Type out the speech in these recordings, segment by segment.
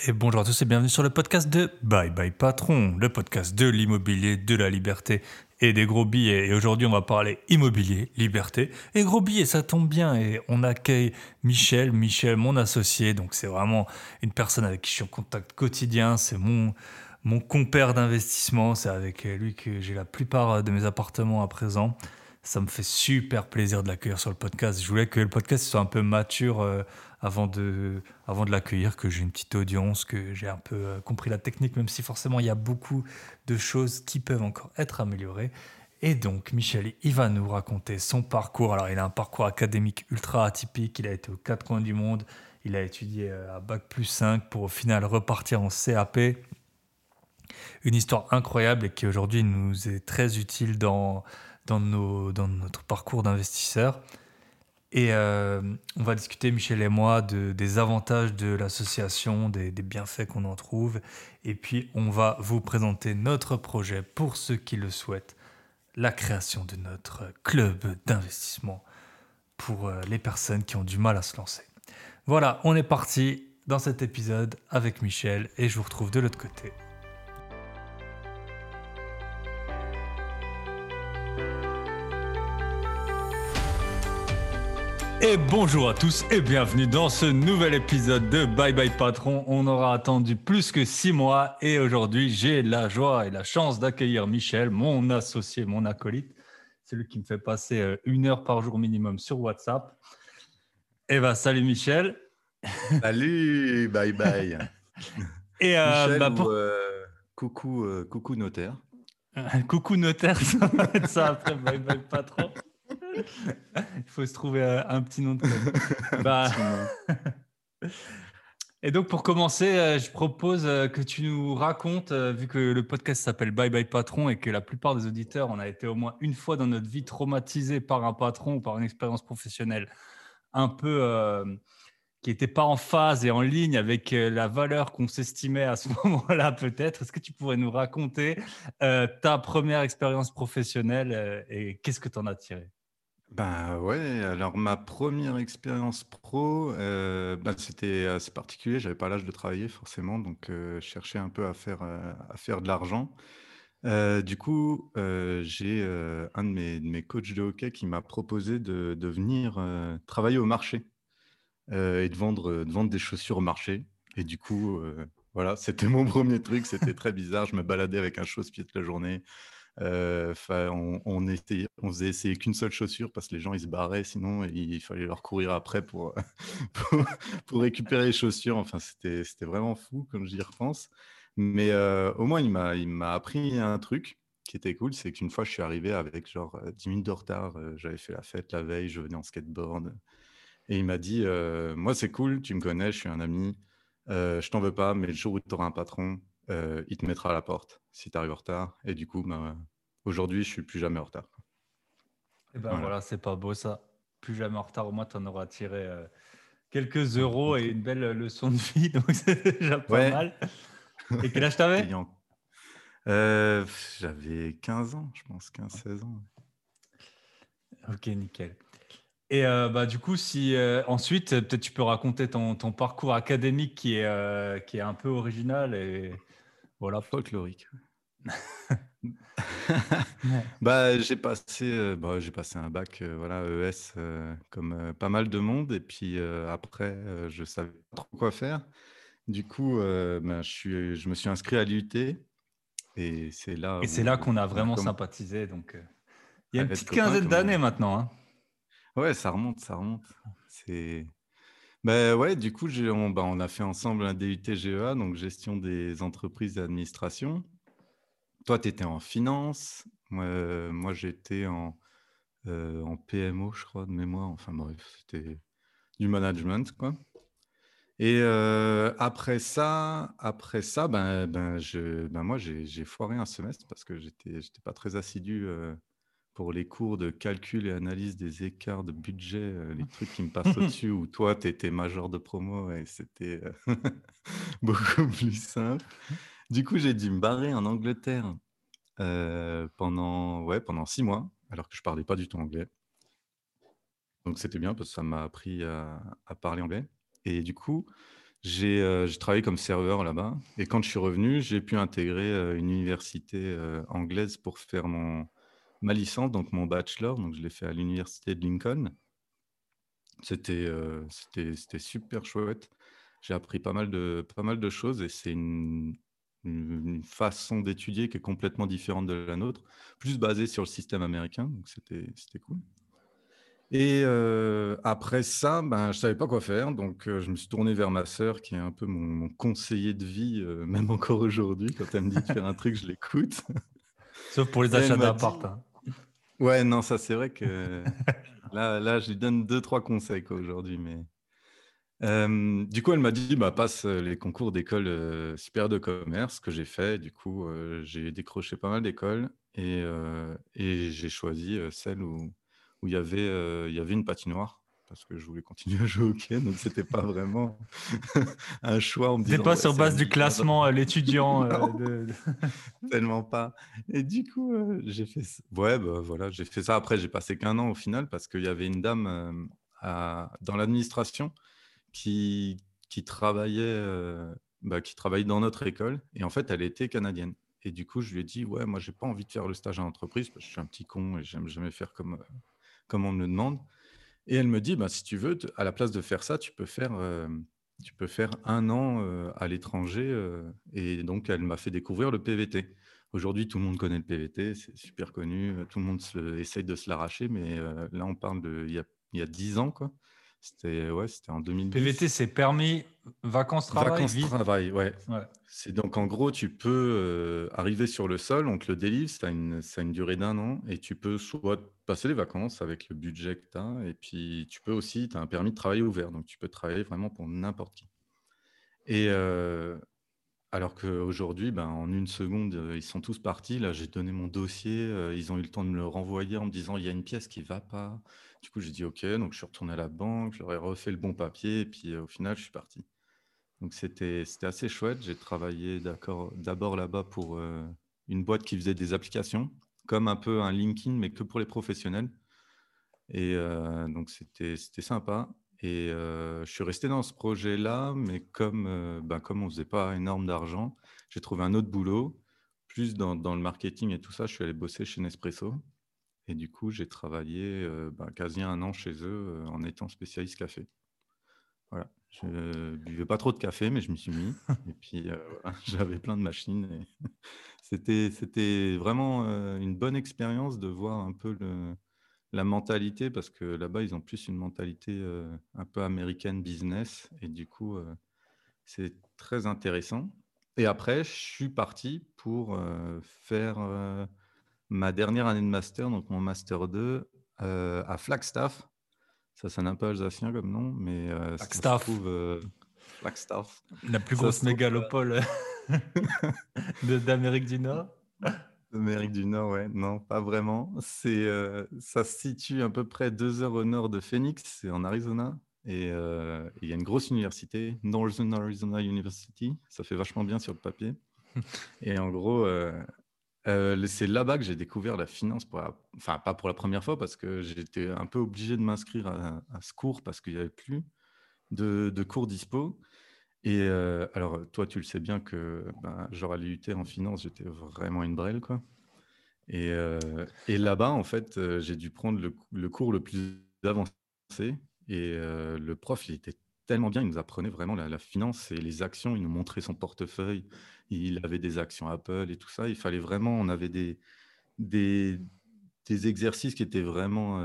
Et bonjour à tous et bienvenue sur le podcast de Bye Bye Patron, le podcast de l'immobilier, de la liberté et des gros billets. Et aujourd'hui, on va parler immobilier, liberté et gros billets, ça tombe bien. Et on accueille Michel, mon associé. Donc c'est vraiment une personne avec qui je suis en contact quotidien. C'est mon compère d'investissement. C'est avec lui que j'ai la plupart de mes appartements à présent. Ça me fait super plaisir de l'accueillir sur le podcast. Je voulais que le podcast soit un peu mature avant de l'accueillir, que j'ai une petite audience, que j'ai un peu compris la technique, même si forcément il y a beaucoup de choses qui peuvent encore être améliorées. Et donc, Michel, il va nous raconter son parcours. Alors, il a un parcours académique ultra atypique. Il a été aux quatre coins du monde. Il a étudié à Bac+5 pour au final repartir en CAP. Une histoire incroyable et qui aujourd'hui nous est très utile dans notre parcours d'investisseur. Et on va discuter, Michel et moi, des avantages de l'association, des bienfaits qu'on en trouve. Et puis, on va vous présenter notre projet pour ceux qui le souhaitent, la création de notre club d'investissement pour les personnes qui ont du mal à se lancer. Voilà, on est parti dans cet épisode avec Michel et je vous retrouve de l'autre côté. Et bonjour à tous et bienvenue dans ce nouvel épisode de Bye Bye Patron. On aura attendu plus que 6 mois et aujourd'hui j'ai la joie et la chance d'accueillir Michel, mon associé, mon acolyte, celui qui me fait passer 1 heure par jour minimum sur WhatsApp. Eh ben salut Michel. Salut, bye bye. Et Michel pour... coucou notaire. coucou notaire, ça va être ça après Bye Bye Patron. Il faut se trouver un petit nom de code. Bah... Petit nom. Et donc, pour commencer, je propose que tu nous racontes, vu que le podcast s'appelle Bye Bye Patron et que la plupart des auditeurs, on a été au moins une fois dans notre vie traumatisés par un patron ou par une expérience professionnelle un peu qui n'était pas en phase et en ligne avec la valeur qu'on s'estimait à ce moment-là, peut-être. Est-ce que tu pourrais nous raconter ta première expérience professionnelle et qu'est-ce que tu en as tiré? Ben ouais, alors ma première expérience pro, c'était assez particulier. J'avais pas l'âge de travailler forcément, donc je cherchais un peu à faire de l'argent. Du coup, j'ai un de mes coachs de hockey qui m'a proposé de venir travailler au marché. Et de vendre des chaussures au marché. Et du coup, voilà, c'était mon premier truc. C'était très bizarre. Je me baladais avec un chausse-pied toute la journée. On faisait essayer qu'une seule chaussure parce que les gens, ils se barraient sinon et il fallait leur courir après pour pour pour récupérer les chaussures. Enfin, c'était vraiment fou comme j'y repense. Mais au moins, il m'a appris un truc qui était cool. C'est qu'une fois, je suis arrivé avec genre 10 minutes de retard. J'avais fait la fête la veille, je venais en skateboard. Et il m'a dit, moi, c'est cool, tu me connais, je suis un ami, je t'en veux pas, mais le jour où tu auras un patron, il te mettra à la porte si tu arrives en retard. Et du coup, aujourd'hui, je suis plus jamais en retard. Et ben Voilà. voilà, c'est pas beau ça. Plus jamais en retard, au moins tu en auras tiré quelques Un bon euros et truc. une belle leçon de vie, donc c'est déjà pas Ouais, mal. Et quel âge t'avais? payant. J'avais 15 ans, je pense, 15 16 ans. Ok, nickel. Et du coup, si ensuite, peut-être tu peux raconter ton parcours académique qui est un peu original et voilà. Folklorique. Ouais. J'ai passé un bac, voilà, ES, comme pas mal de monde. Et puis après, je savais pas trop quoi faire. Du coup, je me suis inscrit à l'UT. Et c'est là Et c'est là où qu'on a on a vraiment commencé sympathisé. Donc, il y a à une être petite copains, quinzaine comme on d'années dit. maintenant, hein. Ouais, ça remonte, ça remonte. C'est ouais, du coup, on a fait ensemble un DUT GEA, donc gestion des entreprises et administration. Toi, tu étais en finance. Moi, j'étais en PMO, je crois, de mémoire. Enfin bref, c'était du management, quoi. Et après ça, moi, j'ai foiré un semestre parce que j'étais pas très assidu pour les cours de calcul et analyse des écarts de budget, les trucs qui me passent au-dessus, où toi, tu étais major de promo et c'était beaucoup plus simple. Du coup, j'ai dû me barrer en Angleterre pendant 6 mois, alors que je parlais pas du tout anglais. Donc c'était bien parce que ça m'a appris à parler anglais. Et du coup, J'ai travaillé comme serveur là-bas et quand je suis revenu, j'ai pu intégrer, une université, anglaise pour faire ma licence, donc mon bachelor. Donc je l'ai fait à l'université de Lincoln. C'était super chouette. J'ai appris pas mal de choses et c'est une façon d'étudier qui est complètement différente de la nôtre, plus basée sur le système américain, donc c'était cool. Et après ça, ben, je savais pas quoi faire, donc je me suis tourné vers ma sœur qui est un peu mon conseiller de vie, même encore aujourd'hui. Quand elle me dit de faire un truc, je l'écoute. Sauf pour les Et elle achats m'a d'appart, dit hein. ouais, non, ça c'est vrai que là, je lui donne deux trois conseils quoi aujourd'hui, mais du coup, elle m'a dit: «Bah, passe, les concours d'école, supérieure de commerce», que j'ai fait. Du coup, j'ai décroché pas mal d'écoles et j'ai choisi, celle où il y avait une patinoire parce que je voulais continuer à jouer au hockey, donc c'était pas vraiment un choix en me C'était disant: pas «Ouais, sur c'est base un du milliard». classement, l'étudiant Non, de... tellement pas. Et du coup, j'ai fait ç ouais, bah, voilà, j'ai fait ça. Après, j'ai passé qu'1 an au final parce qu'il y avait une dame, dans l'administration qui travaillait dans notre école et en fait, elle était canadienne et du coup, je lui ai dit: «Ouais, moi, j'ai pas envie de faire le stage en entreprise parce que je suis un petit con et j'aime jamais faire comme on me le demande». Et elle me dit: «Bah, si tu veux, à la place de faire ça, tu peux faire 1 an, à l'étranger», et donc elle m'a fait découvrir le PVT. Aujourd'hui, tout le monde connaît le PVT, c'est super connu, tout le monde essaye de se l'arracher, mais là, on parle il y a 10 ans, quoi. C'était en PVT, 2010. c'est permis vacances-travail, vie. Vacances-travail, ouais. Ouais. C'est donc en gros, tu peux, arriver sur le sol, on te le délivre, ça a une durée d'1 an et tu peux soit passer les vacances avec le budget que tu as et puis tu peux aussi tu as un permis de travail ouvert, donc tu peux travailler vraiment pour n'importe qui. Et alors qu'aujourd'hui, ben, en une seconde, ils sont tous partis. Là, j'ai donné mon dossier, ils ont eu le temps de me le renvoyer en me disant: «Il y a une pièce qui va pas». Du coup, j'ai dit: «OK», donc je suis retourné à la banque, je leur ai refait le bon papier et puis, au final, je suis parti. Donc c'était assez chouette. J'ai travaillé d'abord là-bas pour, une boîte qui faisait des applications, comme un peu un LinkedIn, mais que pour les professionnels et donc c'était sympa et je suis resté dans ce projet-là, mais comme on faisait pas énorme d'argent, j'ai trouvé un autre boulot, plus dans le marketing et tout ça. Je suis allé bosser chez Nespresso et du coup, j'ai travaillé, quasi 1 an chez eux, en étant spécialiste café. Voilà, je buvais pas trop de café, mais je m'y suis mis et puis, voilà, j'avais plein de machines et c'était vraiment, une bonne expérience de voir un peu la mentalité parce que là-bas, ils ont plus une mentalité, un peu américaine business et du coup, c'est très intéressant et après je suis parti pour, faire, ma dernière année de master, donc mon master 2, à Flagstaff. Ça sonne un peu alsacien comme nom, mais ça se Flagstaff, trouve, Flagstaff, la plus ça se grosse trouve, mégalopole d'Amérique du Nord. Amérique du Nord, ouais, non, pas vraiment. Ça se situe à peu près 2 heures au nord de Phoenix, c'est en Arizona et il y a une grosse université, Northern Arizona University, ça fait vachement bien sur le papier et en gros, c'est là-bas que j'ai découvert la finance enfin, pas pour la première fois parce que j'étais un peu obligé de m'inscrire à ce cours parce qu'il y avait plus de cours dispo. Et alors, toi, tu le sais bien que, ben, genre à l'IUT en finance, j'étais vraiment une brêle, quoi. Et là-bas, en fait, j'ai dû prendre le cours le plus avancé et le prof, il était tellement bien, il nous apprenait vraiment la finance et les actions. Il nous montrait son portefeuille, il avait des actions Apple et tout ça. Il fallait vraiment on avait des des exercices qui étaient vraiment,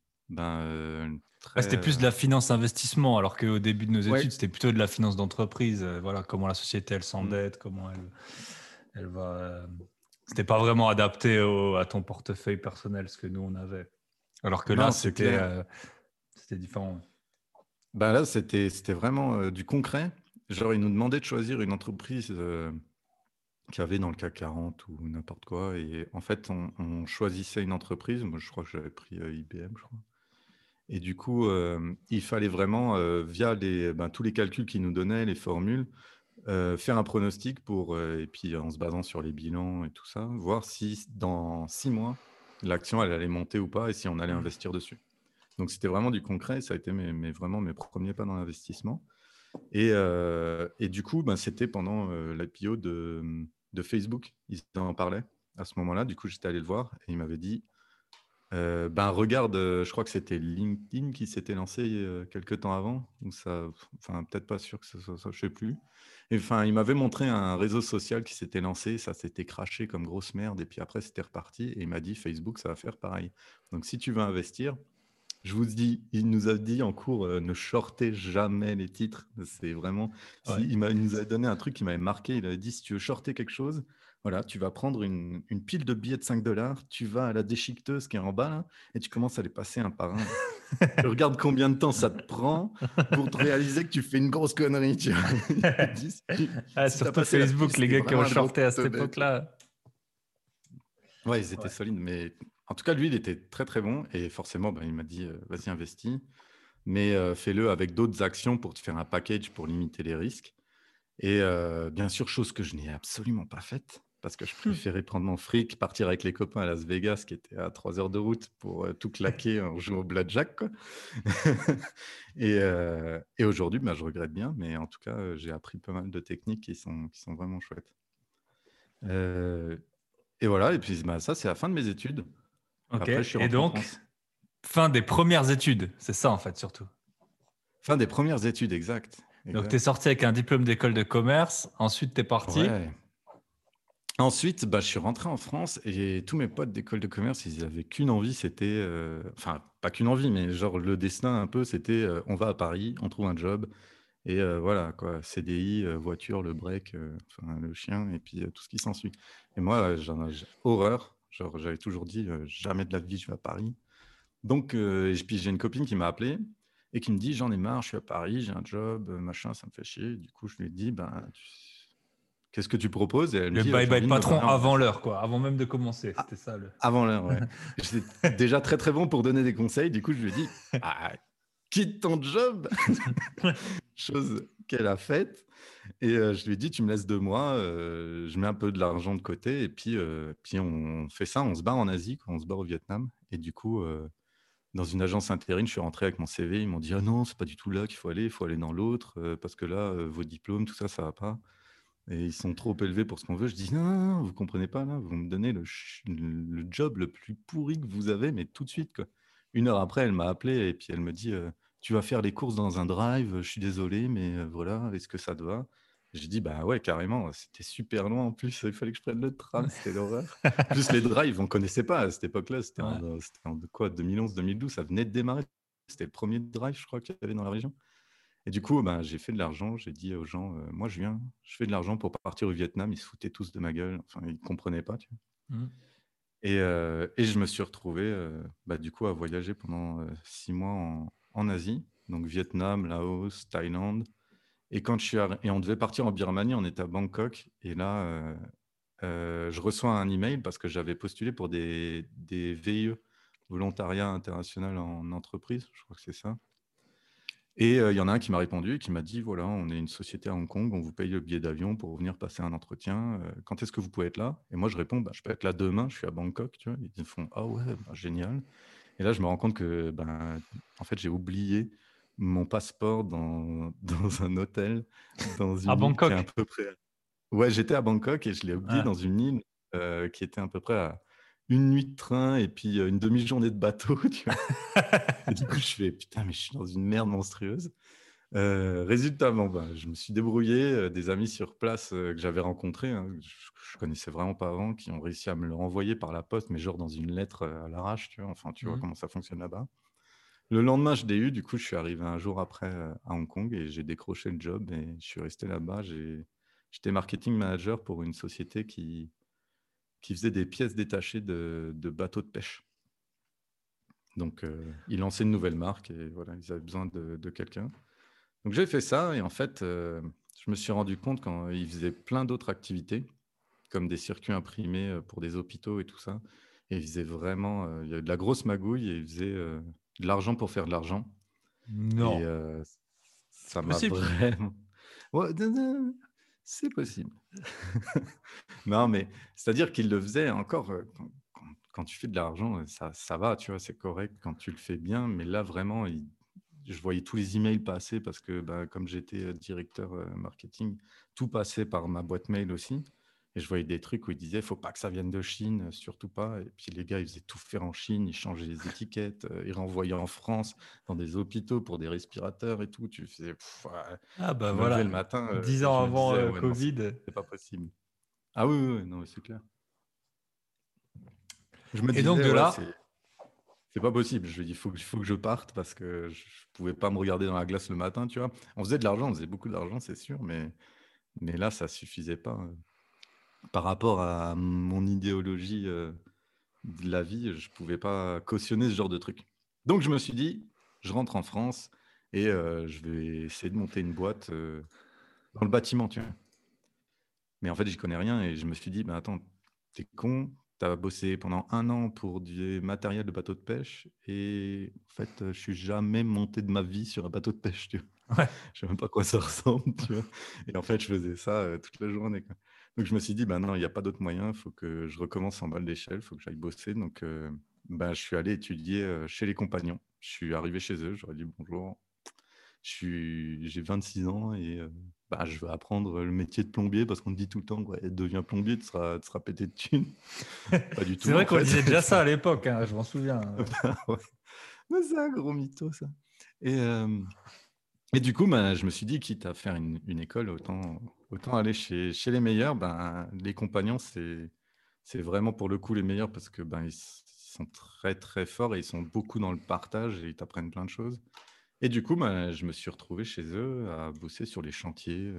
Ah, très, c'était plus de la finance investissement, alors qu'au début de nos ouais, études, c'était plutôt de la finance d'entreprise. Voilà, comment la société elle mmh, s'endette, comment elle va. C'était pas vraiment adapté à ton portefeuille personnel, ce que nous on avait. Alors que là, non, c'est clair. c'était différent. Bah, là, c'était vraiment, du concret. Genre, ils nous demandaient de choisir une entreprise, qu'il y avait dans le CAC 40 ou n'importe quoi et en fait, on choisissait une entreprise. Moi, je crois que j'avais pris, IBM, je crois et du coup, il fallait vraiment, via tous les calculs qu'ils nous donnaient, les formules, faire un pronostic et puis en se basant sur les bilans et tout ça, voir si dans 6 mois, l'action, elle allait monter ou pas et si on allait investir dessus. Donc c'était vraiment du concret. Ça a été vraiment mes premiers pas dans l'investissement Et du coup, ben, c'était pendant l'IPO de Facebook. Ils en parlaient à ce moment-là. Du coup, j'étais allé le voir et il m'avait dit ben, regarde, je crois que c'était LinkedIn qui s'était lancé quelques temps avant. Ou ça, enfin, peut-être pas sûr que ce soit ça, je sais plus. Et, enfin, il m'avait montré un réseau social qui s'était lancé. Ça s'était craché comme grosse merde. Et puis après, c'était reparti. Et il m'a dit Facebook, ça va faire pareil. Donc, si tu veux investir, je vous dis, il nous a dit en cours, ne shortez jamais les titres. C'est vraiment, Ouais. il nous a donné un truc qui m'avait marqué. Il avait dit, si tu veux shorter quelque chose, voilà, tu vas prendre une pile de billets de 5 $, tu vas à la déchiqueteuse qui est en bas, là, et tu commences à les passer un par un. Tu regardes combien de temps ça te prend pour te réaliser que tu fais une grosse connerie. Tu vois. Il dit, Ah, si tu as surtout passé la pile, Facebook, les c'était gars qui vraiment ont un drop shorté à cette total. époque-là. Ouais, ils étaient Ouais. solides, mais en tout cas, lui, il était très très bon. Et forcément, ben, il m'a dit, vas-y, investis. Mais fais-le avec d'autres actions pour te faire un package pour limiter les risques. Et bien sûr, chose que je n'ai absolument pas faite, parce que je préférais prendre mon fric, partir avec les copains à Las Vegas, qui était à 3 heures de route, pour tout claquer en jouant au blackjack, quoi. Et aujourd'hui, bah, je regrette bien, mais en tout cas, j'ai appris pas mal de techniques qui sont vraiment chouettes. Euh, et voilà, et puis bah, ça, c'est la fin de mes études. Ok. Après, je suis Et rentré en donc, France. fin des premières études. C'est ça, en fait, surtout. Fin des premières études, exact. Donc, tu es Exact. sorti avec un diplôme d'école de commerce. Ensuite, tu es parti. Ouais. Ensuite, bah, je suis rentré en France et tous mes potes d'école de commerce, ils avaient qu'une envie, c'était, enfin, pas qu'une envie, mais genre le destin un peu, c'était on va à Paris, on trouve un job et voilà, quoi, CDI, voiture, le break, enfin, le chien et puis tout ce qui s'ensuit. Et moi, j'ai horreur, genre j'avais toujours dit jamais de la vie je vais à Paris. Donc, puis j'ai une copine qui m'a appelé et qui me dit j'en ai marre, je suis à Paris, j'ai un job, machin, ça me fait chier. Du coup, je lui ai dit ben, qu'est-ce que tu proposes? Et elle me Le dit bye j'ai bye envie de me patron barrer en avant Asie. l'heure, quoi. Avant même de commencer. Ah, C'était ça le. avant l'heure, ouais. J'étais déjà très très bon pour donner des conseils. Du coup, je lui ai dit ah, quitte ton job, chose qu'elle a faite. Et je lui ai dit tu me laisses 2 mois, je mets un peu de l'argent de côté et puis on fait ça, on se barre en Asie, quoi, on se barre au Vietnam. Et du coup, dans une agence intérim, je suis rentré avec mon CV. Ils m'ont dit ah non, c'est pas du tout là qu'il faut aller dans l'autre parce que là, vos diplômes, tout ça, ça va pas. Et ils sont trop élevés pour ce qu'on veut. Je dis, non, non, non, vous comprenez pas, là, vous me donnez le job le plus pourri que vous avez, mais tout de suite, quoi. 1 heure après, elle m'a appelé et puis elle me dit, tu vas faire les courses dans un drive, je suis désolé, mais voilà, est-ce que ça te va? J'ai dit, bah ouais, carrément, c'était super loin en plus, il fallait que je prenne le tram, c'était l'horreur. En plus, les drives, on connaissait pas à cette époque-là, Ouais. c'était en quoi, 2011, 2012, ça venait de démarrer. C'était le premier drive, je crois, qu'il y avait dans la région. Et du coup, ben, j'ai fait de l'argent. J'ai dit aux gens, moi, je fais de l'argent pour partir au Vietnam. Ils se foutaient tous de ma gueule. Enfin, ils ne comprenaient pas. Tu vois. Mhm. Et je me suis retrouvé, bah, du coup, à voyager pendant 6 mois en Asie. Donc, Vietnam, Laos, Thaïlande. Et quand et on devait partir en Birmanie, on était à Bangkok. Et là, je reçois un email parce que j'avais postulé pour des VIE, volontariat international en entreprise. Je crois que c'est ça. Et il y en a un qui m'a répondu et qui m'a dit, voilà, on est une société à Hong Kong, on vous paye le billet d'avion pour venir passer un entretien. Quand est-ce que vous pouvez être là? Et moi, je réponds, bah, je peux être là demain, je suis à Bangkok, tu vois. Ils me font, ah ouais, bah, génial. Et là, je me rends compte que, ben, en fait, j'ai oublié mon passeport dans un hôtel, dans À une île qui est à Bangkok. peu près... Ouais, j'étais à Bangkok et je l'ai oublié Ouais. dans une île qui était à peu près à une nuit de train et puis une demi-journée de bateau, tu vois. Et du coup, je fais, putain, mais je suis dans une merde monstrueuse. Résultat, bon, ben, je me suis débrouillé. Des amis sur place que j'avais rencontrés, hein, je connaissais vraiment pas avant, qui ont réussi à me le renvoyer par la poste, mais genre dans une lettre à l'arrache, tu vois. Enfin, tu vois Mhm. comment ça fonctionne là-bas. Le lendemain, je l'ai eu. Du coup, je suis arrivé un jour après à Hong Kong et j'ai décroché le job et je suis resté là-bas. J'étais marketing manager pour une société qui faisait des pièces détachées de bateaux de pêche. Donc, ils lançaient une nouvelle marque et voilà, ils avaient besoin de quelqu'un. Donc j'ai fait ça et en fait, je me suis rendu compte quand ils faisaient plein d'autres activités, comme des circuits imprimés pour des hôpitaux et tout ça. Et ils faisaient vraiment, il y avait de la grosse magouille et ils faisaient de l'argent pour faire de l'argent. Et Non. C'est ça m'a possible. vraiment... Ouais, c'est possible. Non, mais c'est-à-dire qu'ils le faisaient encore, quand tu fais de l'argent, ça va, tu vois, c'est correct quand tu le fais bien. Mais là, vraiment, je voyais tous les emails passer parce que comme j'étais directeur marketing, tout passait par ma boîte mail aussi. Et je voyais des trucs où ils disaient, faut pas que ça vienne de Chine, surtout pas. Et puis les gars, ils faisaient tout faire en Chine, ils changeaient les étiquettes, ils renvoyaient en France dans des hôpitaux pour des respirateurs et tout. Tu faisais, ouais. Ah bah Je me levais le voilà, matin, 10 et ans je me avant disais, ouais, non, Covid. c'est pas possible. Ah oui, oui, oui, non, mais c'est clair. Je me Et donc disais, de ouais, là, c'est pas possible. Je lui ai dit, faut que je parte parce que je pouvais pas me regarder dans la glace le matin, tu vois. On faisait de l'argent, on faisait beaucoup d'argent, c'est sûr, mais là, ça suffisait pas. Par rapport à mon idéologie de la vie, je pouvais pas cautionner ce genre de truc. Donc, je me suis dit, je rentre en France et je vais essayer de monter une boîte dans le bâtiment, tu vois. Mais en fait, j'y connais rien et je me suis dit, ben attends, t'es con, t'as bossé pendant 1 an pour du matériel de bateau de pêche et en fait, je suis jamais monté de ma vie sur un bateau de pêche, tu vois. ouais. Je sais même pas à quoi ça ressemble, tu vois. Et en fait, je faisais ça toute la journée, quoi. Donc, je me suis dit, ben non, il n'y a pas d'autre moyen, il faut que je recommence en bas de l'échelle, il faut que j'aille bosser. Donc, je suis allé étudier chez les compagnons. Je suis arrivé chez eux, j'aurais dit bonjour. J'ai 26 ans et je veux apprendre le métier de plombier parce qu'on te dit tout le temps, ouais, deviens plombier, tu seras pété de thunes. Pas du C'est tout, vrai en qu'on fait. disait déjà ça à l'époque, hein, je m'en souviens. Ouais. Mais c'est un gros mytho, ça. Et, et du coup, je me suis dit, quitte à faire une école, autant aller chez les meilleurs. Les compagnons, c'est vraiment pour le coup les meilleurs parce que ils sont très très forts et ils sont beaucoup dans le partage et ils t'apprennent plein de choses. Et du coup, je me suis retrouvé chez eux à bosser sur les chantiers,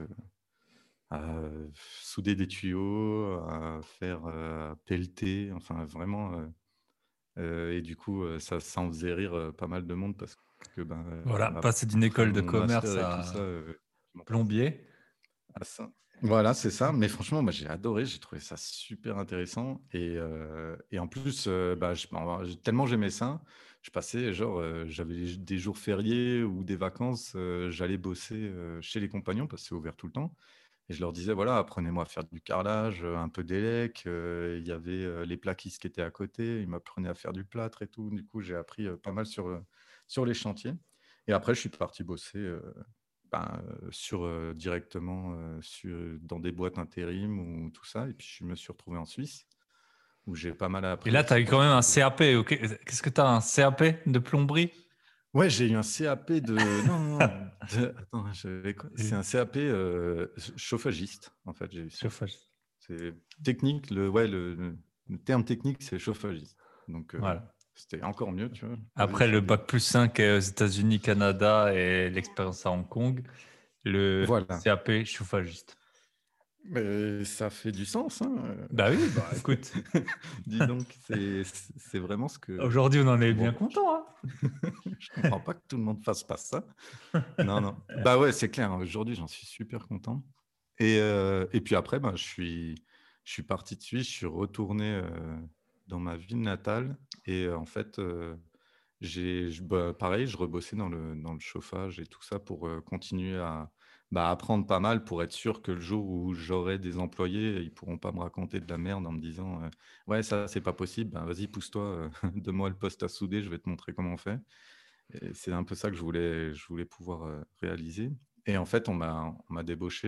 à souder des tuyaux, à faire pelleter, enfin vraiment. Et du coup, ça en faisait rire pas mal de monde parce que Voilà, passer d'une après école de mon commerce master et tout ça, à je m'intéressais plombier. à ça. Voilà, c'est ça. Mais franchement, moi, j'ai adoré. J'ai trouvé ça super intéressant. Et en plus, tellement j'aimais ça, je passais, genre, j'avais des jours fériés ou des vacances, j'allais bosser chez les compagnons parce que c'est ouvert tout le temps. Et je leur disais, voilà, apprenez-moi à faire du carrelage, un peu d'élec. Il y avait les plaquistes qui étaient à côté. Ils m'apprenaient à faire du plâtre et tout. Du coup, j'ai appris pas mal sur les chantiers. Et après, je suis parti bosser directement dans des boîtes intérim ou tout ça. Et puis, je me suis retrouvé en Suisse où j'ai pas mal Et appris là, tu as aussi eu quand parce même que un CAP. Ok. Qu'est-ce que tu as, un CAP de plomberie? ouais, j'ai eu un CAP de. Non, non, non. Attends, j'avais quoi? C'est un CAP chauffagiste, en fait, j'ai eu ça. Chauffage. C'est technique, le terme technique, c'est chauffagiste. Donc, Voilà. c'était encore mieux, tu vois. Posé Après sur le des. bac plus 5 aux États-Unis, Canada et l'expérience à Hong Kong, le Voilà. CAP chauffagiste. Mais ça fait du sens, hein. Bah oui, bah écoute, Dis donc, c'est vraiment ce que. aujourd'hui on en est bien Bon, content, hein. je comprends pas que tout le monde fasse pas ça. Non, non. Bah ouais, c'est clair. Aujourd'hui, j'en suis super content. Et puis après, je suis parti de Suisse, je suis retourné dans ma ville natale. Et en fait, pareil, je rebossais dans le chauffage et tout ça pour continuer à apprendre pas mal pour être sûr que le jour où j'aurai des employés, ils pourront pas me raconter de la merde en me disant ouais, ça, c'est pas possible, vas-y, pousse-toi, donne-moi le poste à souder, je vais te montrer comment on fait. Et c'est un peu ça que je voulais pouvoir réaliser. Et en fait, on m'a débauché.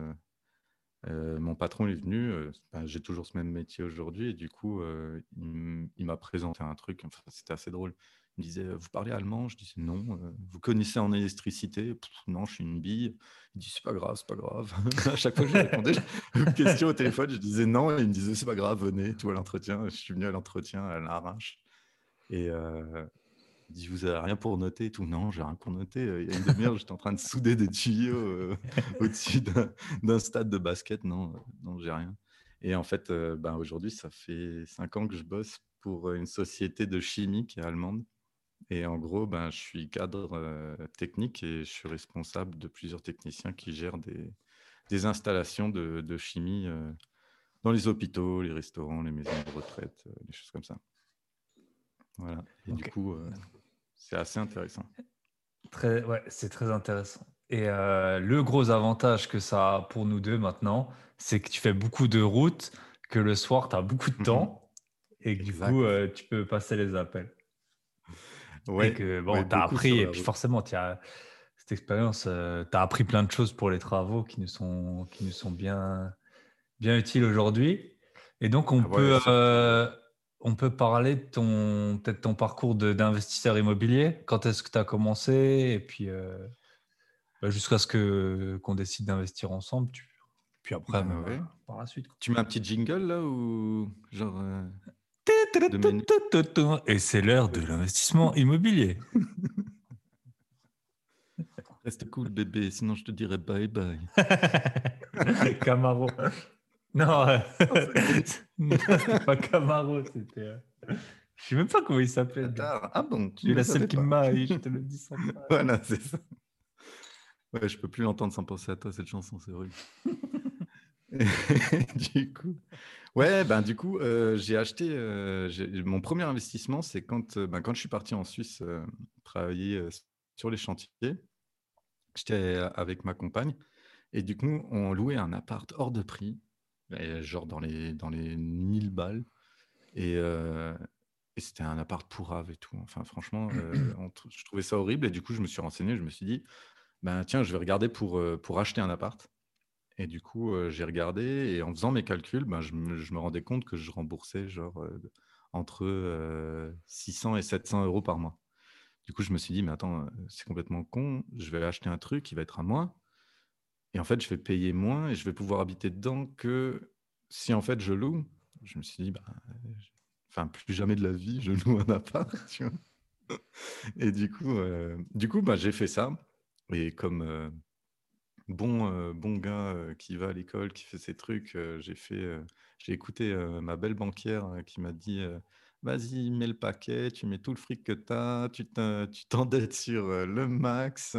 Mon patron est venu. J'ai toujours ce même métier aujourd'hui. Et du coup, il m'a présenté un truc. Enfin, c'était assez drôle. Il me disait, vous parlez allemand? Je disais non. Vous connaissez en électricité? Pff, non, je suis une bille. Il dit, c'est pas grave, c'est pas grave. À chaque fois que je répondais aux questions au téléphone, je disais non. Et il me disait, c'est pas grave, venez, tout à l'entretien. Je suis venu à l'entretien à l'arrache. Et, il dit, vous avez rien pour noter et tout. Non, j'ai rien pour noter. Il y a une demi-heure, j'étais en train de souder des tuyaux au-dessus d'un stade de basket. Non, non, j'ai rien. Et en fait, aujourd'hui, ça fait 5 ans que je bosse pour une société de chimie qui est allemande. Et en gros, je suis cadre technique et je suis responsable de plusieurs techniciens qui gèrent des installations de chimie dans les hôpitaux, les restaurants, les maisons de retraite, des choses comme ça. Voilà. Et du Ok. coup, c'est assez intéressant. Ouais, c'est très intéressant. Et le gros avantage que ça a pour nous deux maintenant, c'est que tu fais beaucoup de routes, que le soir, tu as beaucoup de Mhm. temps et que du coup, Exact. tu peux passer les appels. Et Ouais, que ouais, bon, tu as beaucoup sur appris, et la puis route. forcément, cette expérience, tu as appris plein de choses pour les travaux qui nous sont bien utiles aujourd'hui. Et donc, Ah ouais, surtout, on peut parler de peut-être ton parcours d'investisseur immobilier. Quand est-ce que tu as commencé? Et puis, jusqu'à ce qu'on décide d'investir ensemble. Puis après, bah même ouais. par la suite, quoi. Tu mets un petit jingle là ou genre de menu? Et c'est l'heure de l'investissement immobilier. Reste cool bébé, sinon je te dirai bye bye. Camaro. Non, Oh, c'est horrible. non, c'était pas Camaro, c'était. Je sais même pas comment il s'appelle, le gars. Bâtard. Ah bon, tu J'ai ne le la seule savais qui me pas. maille, je te le dis sans phrase. Voilà, c'est ça. Ouais, je peux plus l'entendre sans penser à toi, cette chanson, c'est horrible. Du coup, ouais, ben du coup, j'ai acheté. Mon premier investissement, c'est quand je suis parti en Suisse travailler sur les chantiers. J'étais avec ma compagne et du coup, on louait un appart hors de prix, et genre dans les 1000 balles. Et, euh, et c'était un appart pourrave et tout. Enfin, franchement, je trouvais ça horrible. Et du coup, je me suis renseigné. Je me suis dit, ben tiens, je vais regarder pour acheter un appart. Et du coup, j'ai regardé et en faisant mes calculs, ben, je me rendais compte que je remboursais genre entre 600 et 700 euros par mois. Du coup, je me suis dit, mais attends, c'est complètement con. Je vais acheter un truc qui va être à moi. Et en fait, je vais payer moins et je vais pouvoir habiter dedans que si en fait je loue. Je me suis dit, bah, enfin, plus jamais de la vie, je loue un appart, tu vois. Et du coup, bah, j'ai fait ça. Et comme bon gars qui va à l'école, qui fait ses trucs, j'ai écouté ma belle banquière qui m'a dit vas-y, mets le paquet, tu mets tout le fric que tu as, tu t'endettes sur le max,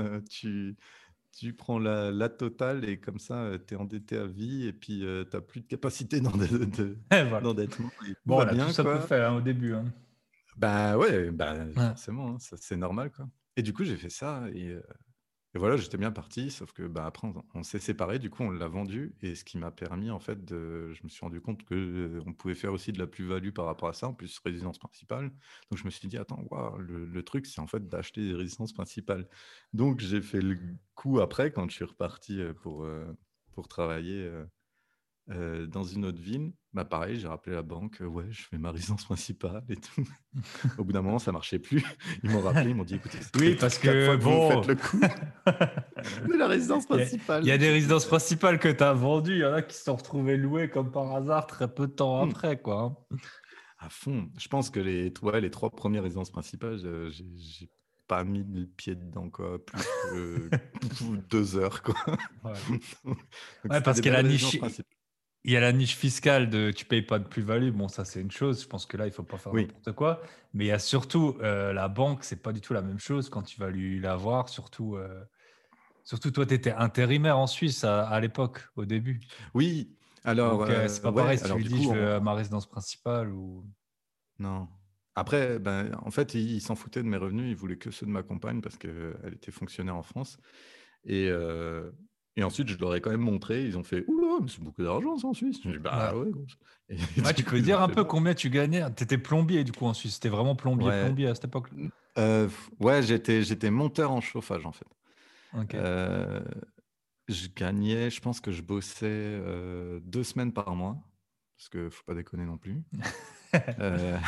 tu prends la totale et comme ça, tu es endetté à vie et puis tu n'as plus de capacité Et voilà. d'endettement et tout Bon, va on a bien, tous un peu quoi. fait au début, hein. Bah ouais, bah Ouais. forcément, hein, ça, c'est normal, quoi. Et du coup, j'ai fait ça et voilà, j'étais bien parti, sauf que bah, après, on s'est séparés, du coup, on l'a vendu. Et ce qui m'a permis, en fait, je me suis rendu compte qu'on pouvait faire aussi de la plus-value par rapport à ça, en plus, résidence principale. Donc, je me suis dit, attends, waouh, le truc, c'est en fait d'acheter des résidences principales. Donc, j'ai fait le coup après, quand je suis reparti pour travailler dans une autre ville. Bah, pareil, j'ai rappelé la banque, ouais, je fais ma résidence principale et tout. Au bout d'un moment, ça marchait plus. Ils m'ont rappelé, ils m'ont dit, écoutez, ça Oui, fait parce 4 fois que que vous faites bon, le coup. De la résidence il y a principale. des J'ai fait, résidences principales que tu as vendues, il y en a qui se sont retrouvées louées comme par hasard très peu de temps hmm, après, quoi, hein. à fond. Je pense que les 3 premières résidences principales, j'ai pas mis le pied dedans, quoi, plus que 2 heures, quoi. Ouais. Donc, Ouais, c'était parce des qu'il y a belles la résidences niche, principales. il y a la niche fiscale de tu payes pas de plus-value. Bon, ça, c'est une chose. Je pense que là, il faut pas faire Oui, n'importe quoi. Mais il y a surtout la banque, c'est pas du tout la même chose quand tu vas lui la voir. Surtout toi, tu étais intérimaire en Suisse à l'époque, au début. oui. Alors, Donc, c'est pas pareil ouais, si tu alors lui du dis coup, je veux ma résidence principale ou. non. Après, ben, en fait, ils s'en foutaient de mes revenus, ils voulaient que ceux de ma compagne parce qu'elle était fonctionnaire en France. Et, euh, et ensuite, je leur ai quand même montré. Ils ont fait oula, mais c'est beaucoup d'argent ça en Suisse. J'ai dit Ouais. bah ouais, gros. Et Ouais, du tu coup, peux ils ont dire un fait peu bon. combien tu gagnais? T'étais plombier du coup en Suisse. C'était vraiment Ouais, plombier à cette époque. ouais, j'étais monteur en chauffage en fait. Ok. Euh, je gagnais, je pense que je bossais 2 semaines par mois, parce que faut pas déconner non plus. Euh,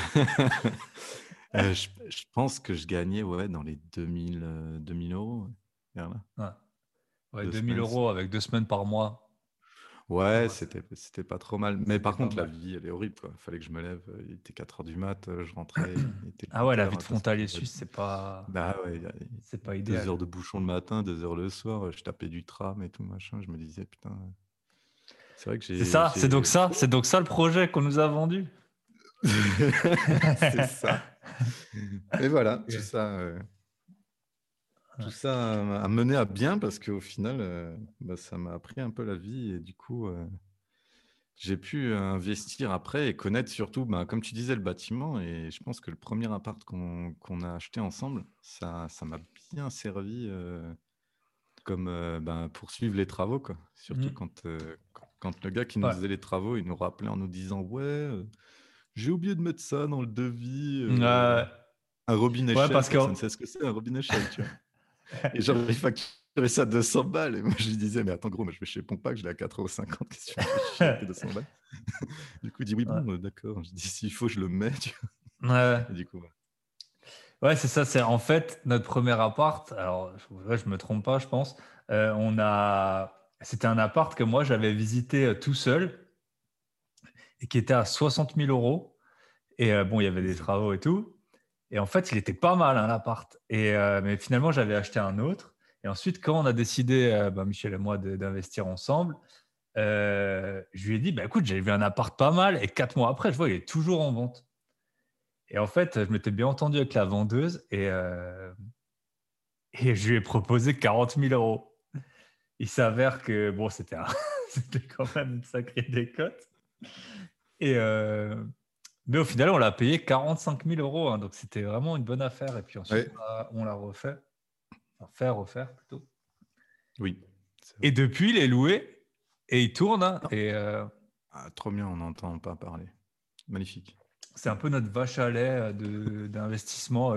je pense que je gagnais ouais, dans les 2000 euros. Voilà. Ouais. Ouais, Deux 2000 semaines. euros avec 2 semaines par mois. Ouais, Ouais, c'était pas trop mal. Mais c'était par pas contre, la mal. vie, elle est horrible, quoi. Fallait que je me lève. Il était 4 heures du mat, je rentrais, il était Ah ouais, la 8 heures vie de parce que frontalier suisse, bah ouais, c'est pas 2 heures idéal. de bouchon le matin, 2 heures le soir, je tapais du tram et tout, machin. Je me disais, putain, c'est vrai que C'est ça, c'est donc ça le projet qu'on nous a vendu. c'est ça. Et voilà, Ok. tout Ouais. ça a mené à bien parce qu'au final, bah, ça m'a appris un peu la vie et du coup, j'ai pu investir après et connaître surtout, bah, comme tu disais, le bâtiment. Et je pense que le premier appart qu'on a acheté ensemble, ça m'a bien servi comme ben, pour suivre les travaux, quoi. Surtout Mm. quand le gars qui nous Ouais. faisait les travaux, il nous rappelait en nous disant, ouais, j'ai oublié de mettre ça dans le devis. Ouais. un Robin Ouais, Echelle, parce que personne ne sait ce que c'est un Robin Echelle, tu vois. Et genre, il facturait ça 200 balles. Et moi, je lui disais, mais attends, gros, mais je vais chez Pompac, je l'ai à 4,50 €. Qu'est-ce que tu me fais chier avec tes 200 balles? Du coup, il dit, oui, ouais. bon, d'accord. Je dis, s'il faut, je le mets. Ouais, Et du coup, ouais. ouais, c'est ça. C'est en fait notre premier appart. Alors, je me trompe pas, je pense. C'était un appart que moi j'avais visité tout seul et qui était à 60 000 euros. Et bon, il y avait des Easy. travaux et tout. Et en fait, il était pas mal, hein, l'appart. Mais finalement, j'avais acheté un autre. Et ensuite, quand on a décidé, Michel et moi, d'investir ensemble, je lui ai dit, bah, écoute, j'ai vu un appart pas mal. Et 4 mois après, je vois, il est toujours en vente. Et en fait, je m'étais bien entendu avec la vendeuse et je lui ai proposé 40 000 euros. Il s'avère que, bon, c'était quand même une sacrée décote. Et, mais au final, on l'a payé 45 000 euros, hein, donc c'était vraiment une bonne affaire. Et puis ensuite, Ouais, on l'a refait, enfin, refaire plutôt. oui. C'est Et vrai. depuis, il est loué et il tourne, hein, Ah, et ah, trop bien, on n'entend pas parler. Magnifique. c'est un peu notre vache à lait d'investissement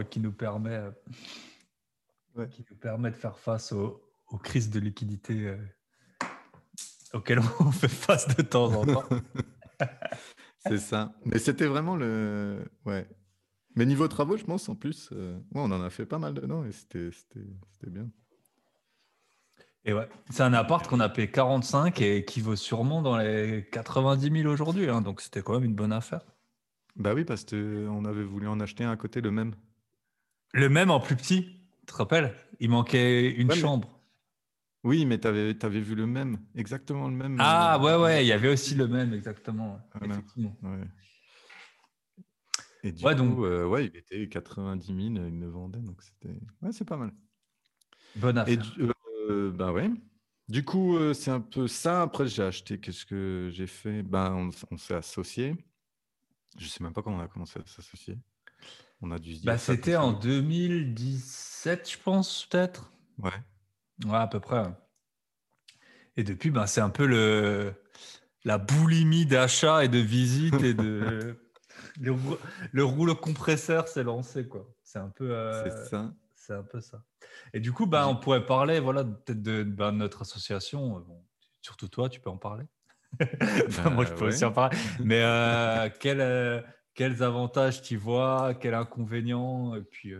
Ouais. qui nous permet de faire face aux crises de liquidité auxquelles on fait face de temps en temps. C'est ça. Mais c'était vraiment le. Ouais. Mais niveau travaux, je pense, en plus, ouais, on en a fait pas mal dedans et c'était bien. Et ouais, c'est un appart qu'on a payé 45 et qui vaut sûrement dans les 90 000 aujourd'hui, hein, donc c'était quand même une bonne affaire. Bah oui, parce que on avait voulu en acheter un à côté, le même. Le même en plus petit, tu te rappelles? Il manquait une Ouais, mais chambre. oui, mais t'avais vu le même, exactement le même Ah ouais, en ouais, il y avait aussi plus le même, exactement, ouais, Voilà. effectivement. Ouais. Et du Ouais, donc, coup, ouais, il était 90 000, il me vendait, donc c'était. Ouais, c'est pas mal. bonne Et affaire. bah ouais. Du coup, c'est un peu ça. Après, j'ai acheté. Qu'est-ce que j'ai fait? Ben, on s'est associés. Je sais même pas comment on a commencé à s'associer. On a dû se Bah, dire ça tout c'était en seul. 2017, je pense, peut-être. Ouais. Ouais, à peu près, ouais. Et depuis, ben, c'est un peu la boulimie d'achat et de visite le, rou- le rouleau compresseur s'est lancé, quoi. C'est ça. C'est un peu ça. Et du coup, ben, on J'ai- pourrait parler, voilà, peut-être de notre association. Bon, surtout toi, tu peux en parler. Enfin, moi, je Bah peux ouais. aussi en parler. Mais quels avantages tu vois, quels inconvénients, et puis.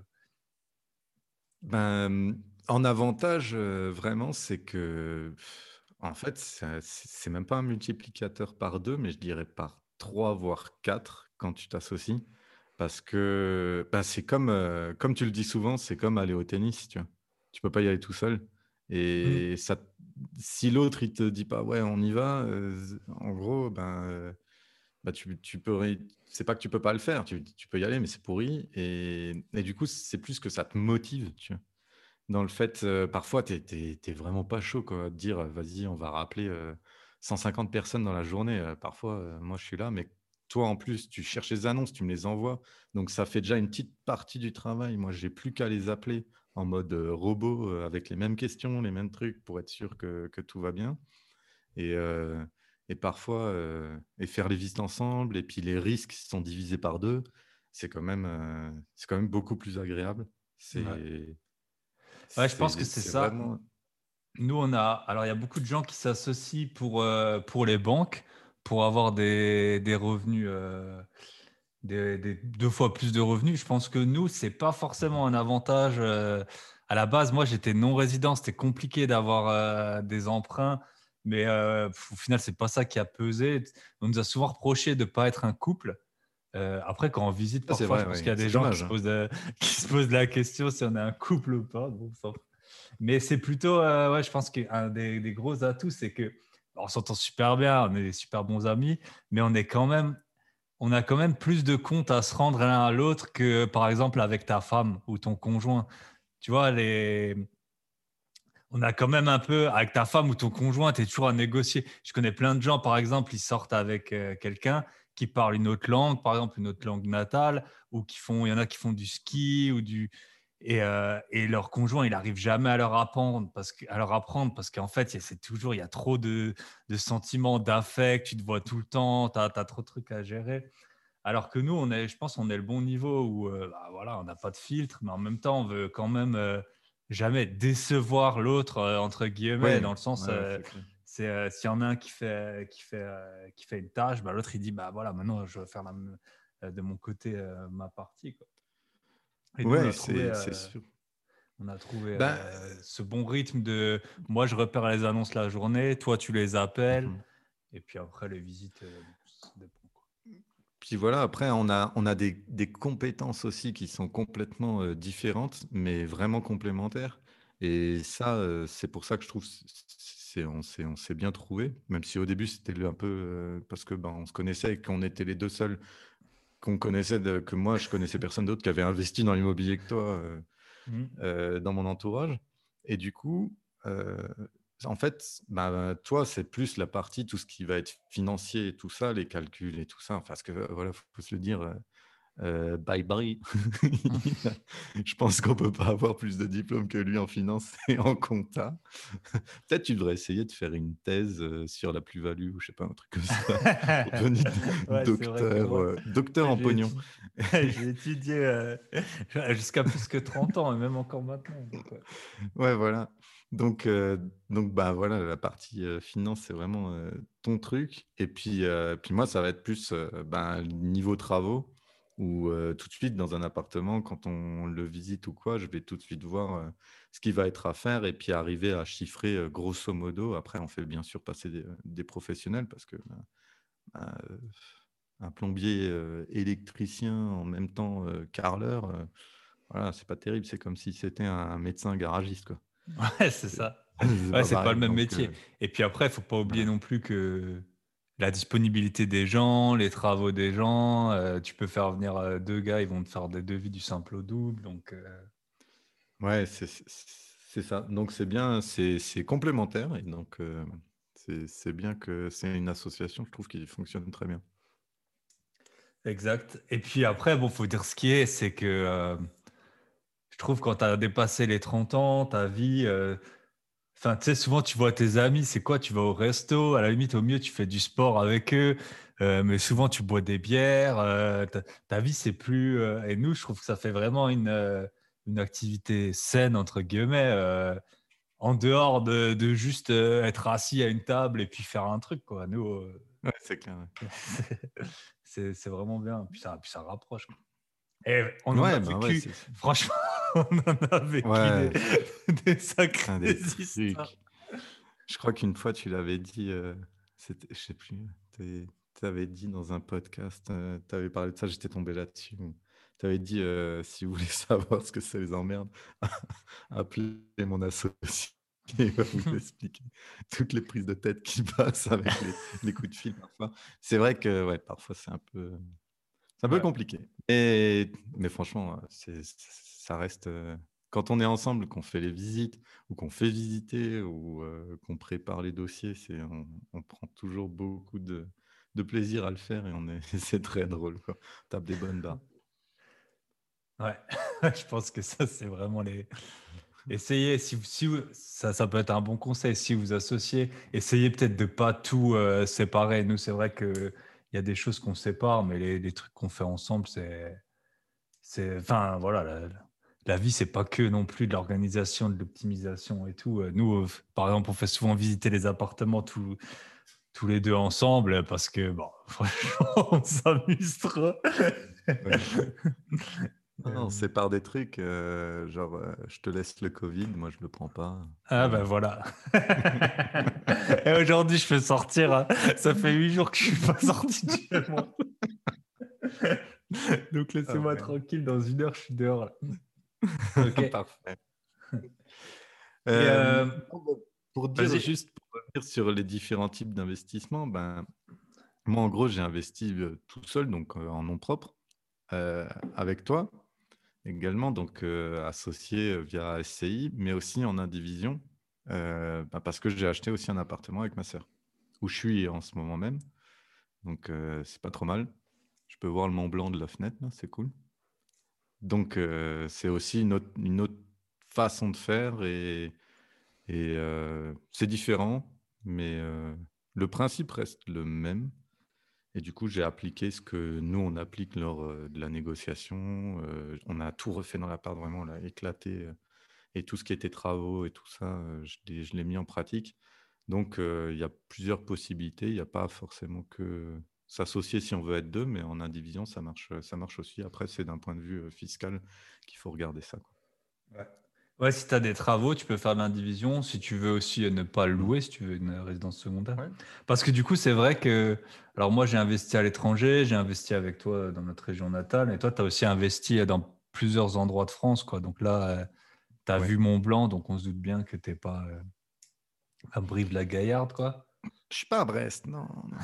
Ben, en avantage, vraiment, c'est que, en fait, c'est même pas un multiplicateur par 2, mais je dirais par 3, voire 4 quand tu t'associes. Parce que bah, c'est comme tu le dis souvent, c'est comme aller au tennis, tu vois. Tu peux pas y aller tout seul. Hmm. Et ça, si l'autre, il te dit pas, ouais, on y va, en gros, bah, tu peux, c'est pas que tu peux pas le faire, tu peux y aller, mais c'est pourri. Et du coup, c'est plus que ça te motive, tu vois. Dans le fait, parfois, tu es vraiment pas chaud, quoi, de dire: «Vas-y, on va rappeler, 150 personnes dans la journée». Parfois, moi, je suis là, mais toi, en plus, tu cherches les annonces, tu me les envoies, donc ça fait déjà une petite partie du travail. Moi, j'ai plus qu'à les appeler en mode, robot, avec les mêmes questions, les mêmes trucs pour être sûr que tout va bien et heu et parfois, et faire les visites ensemble et puis les risques sont divisés par 2. C'est quand même beaucoup plus agréable. Ouais. C'est Ouais, je pense que c'est c'est ça. vraiment Nous, alors il y a beaucoup de gens qui s'associent pour les banques, pour avoir des revenus, des 2 fois plus de revenus. Je pense que nous, c'est pas forcément un avantage. À la base, moi, j'étais non résident, c'était compliqué d'avoir des emprunts, mais au final, c'est pas ça qui a pesé. On nous a souvent reproché de pas être un couple. Après, quand on visite, ça, c'est parfois, je vrai, pense qu'il oui. y a des C'est gens qui dommage, se hein. posent, qui se posent la question si on est un couple ou pas. Bon, mais c'est plutôt, ouais, je pense qu'un des gros atouts, c'est que on s'entend super bien, on est des super bons amis, mais on a quand même plus de comptes à se rendre l'un à l'autre que, par exemple, avec ta femme ou ton conjoint. Tu vois, on a quand même un peu, avec ta femme ou ton conjoint, tu es toujours à négocier. Je connais plein de gens, par exemple, ils sortent avec quelqu'un qui parle une autre langue, par exemple une autre langue natale, ou il y en a qui font du ski et leur conjoint, il arrive jamais à leur apprendre parce qu'en fait, il y a trop de sentiments, d'affect, tu te vois tout le temps, tu as trop de trucs à gérer. Alors que nous, je pense qu'on est le bon niveau où bah, voilà, on n'a pas de filtre, mais en même temps, on veut quand même jamais décevoir l'autre, entre guillemets, Ouais, dans le sens, ouais, c'est clair. s'il y en a un qui fait une tâche, bah, l'autre, il dit, bah voilà, maintenant, je vais faire de mon côté ma partie, quoi. Et nous, Ouais, c'est sûr. on a trouvé Ben, ce bon rythme de moi, je repère les annonces la journée, toi, tu les appelles, mhm. et puis après, les visites, ça dépend, quoi. Puis voilà, après, on a des compétences aussi qui sont complètement différentes, mais vraiment complémentaires. Et ça, c'est pour ça que je trouve on s'est bien trouvé, même si au début, c'était un peu parce que ben, on se connaissait et qu'on était les deux seuls qu'on connaissait, que moi, je connaissais personne d'autre qui avait investi dans l'immobilier que toi. Mhm. Dans mon entourage. Et du coup, en fait, bah, toi, c'est plus la partie, tout ce qui va être financier et tout ça, les calculs et tout ça. Enfin, parce que voilà, faut se le dire, bye bye. Je pense qu'on peut pas avoir plus de diplômes que lui en finance et en compta. Peut-être tu devrais essayer de faire une thèse sur la plus-value ou je sais pas, un truc comme ça, pour devenir Ouais, c'est vrai que moi, docteur en j'ai pognon. étudié, j'ai étudié jusqu'à plus que 30 ans, et même encore maintenant. Donc, ouais. Ouais, voilà. Donc bah, voilà, la partie, finance, c'est vraiment, ton truc et puis moi, ça va être plus, ben, niveau travaux où, tout de suite dans un appartement, quand on le visite ou quoi, je vais tout de suite voir, ce qui va être à faire et puis arriver à chiffrer, grosso modo. Après, on fait bien sûr passer des professionnels parce que, ben, un plombier, électricien, en même temps, carreleur, voilà, c'est pas terrible. C'est comme si c'était un médecin garagiste, quoi. Ouais, c'est C'est ça. c'est Ouais, pas c'est pas le pareil, même donc métier. Et puis après, il faut pas oublier voilà. non plus que la disponibilité des gens, les travaux des gens, tu peux faire venir deux gars, ils vont te faire des devis du simple au double. Donc, Ouais, c'est ça. Donc c'est bien, c'est complémentaire et donc c'est bien que c'est une association, je trouve, qui fonctionne très bien. exact. Et puis après, bon, faut dire ce qui est, c'est que je trouve quand tu as dépassé les 30 ans, ta vie, enfin, tu sais, souvent tu vois tes amis, c'est quoi? Tu vas au resto, à la limite, au mieux, tu fais du sport avec eux, mais souvent tu bois des bières. Ta vie, c'est plus. Et nous, je trouve que ça fait vraiment une activité saine, entre guillemets, en dehors de juste être assis à une table et puis faire un truc, quoi. Nous, Ouais, c'est clair, ouais. c'est vraiment bien. Puis ça rapproche, quoi. Et on en a Ouais, ben ouais, vécu, c'est ça. franchement, on en a vécu Ouais, des putain, sacrées des histoires. trucs. Je crois qu'une fois tu l'avais dit, c'était je sais plus, tu avais dit dans un podcast, tu avais parlé de ça, j'étais tombé là-dessus. Tu avais dit, «Si vous voulez savoir ce que ça les emmerde, appelez mon associé, il va vous expliquer toutes les prises de tête qui passent avec les coups de fil parfois». C'est vrai que ouais, parfois c'est un peu Ouais. compliqué. Mais franchement, ça reste, quand on est ensemble, qu'on fait les visites ou qu'on fait visiter ou qu'on prépare les dossiers, on prend toujours beaucoup de plaisir à le faire et c'est très drôle, quoi. On tape des bonnes barres. Ouais, je pense que ça, c'est vraiment les. Essayez, ça peut être un bon conseil si vous associez. Essayez peut-être de pas tout séparer. Nous, c'est vrai que il y a des choses qu'on sépare, mais les trucs qu'on fait ensemble, enfin voilà, la vie, c'est pas que non plus de l'organisation, de l'optimisation et tout. Nous, par exemple, on fait souvent visiter les appartements tous les deux ensemble parce que, bon, franchement, on s'amuse trop. Ouais. Euh, On sépare des trucs, genre, je te laisse le covid, moi je le prends pas, Ah ben voilà. voilà. Et aujourd'hui, je peux sortir, hein. Ça fait 8 jours que je suis pas sorti de chez moi. Donc Ah laissez-moi ouais. tranquille, dans 1 heure, je suis dehors là. Ok. Parfait. Et Non, bah, pour dire vas-y. juste, pour revenir sur les différents types d'investissements, ben, moi, en gros, j'ai investi, tout seul, donc en nom propre, heu, avec toi également, donc associé, via SCI, mais aussi en indivision, bah, parce que j'ai acheté aussi un appartement avec ma sœur, où je suis en ce moment même, donc c'est pas trop mal. Je peux voir le Mont Blanc de la fenêtre là, c'est cool. Donc c'est aussi une autre façon de faire et c'est différent, mais le principe reste le même. Et du coup, j'ai appliqué ce que nous, on applique lors de la négociation. On a tout refait dans l'appart, vraiment, on l'a éclaté. Et tout ce qui était travaux et tout ça, je l'ai mis en pratique. Donc, il y a plusieurs possibilités. Il n'y a pas forcément que s'associer si on veut être deux, mais en indivision, ça marche aussi. Après, c'est d'un point de vue fiscal qu'il faut regarder ça, quoi. Ouais. Ouais, si tu as des travaux, tu peux faire de l'indivision. Si tu veux aussi ne pas le Mm. louer, si tu veux une résidence secondaire. Ouais. Parce que du coup, c'est vrai que. Alors, moi, j'ai investi à l'étranger, j'ai investi avec toi dans notre région natale, et toi, tu as aussi investi dans plusieurs endroits de France, quoi. Donc là, tu as Ouais. vu Mont Blanc, donc on se doute bien que tu n'es pas à Brive-la-Gaillarde, quoi. Je suis pas à Brest, non, non.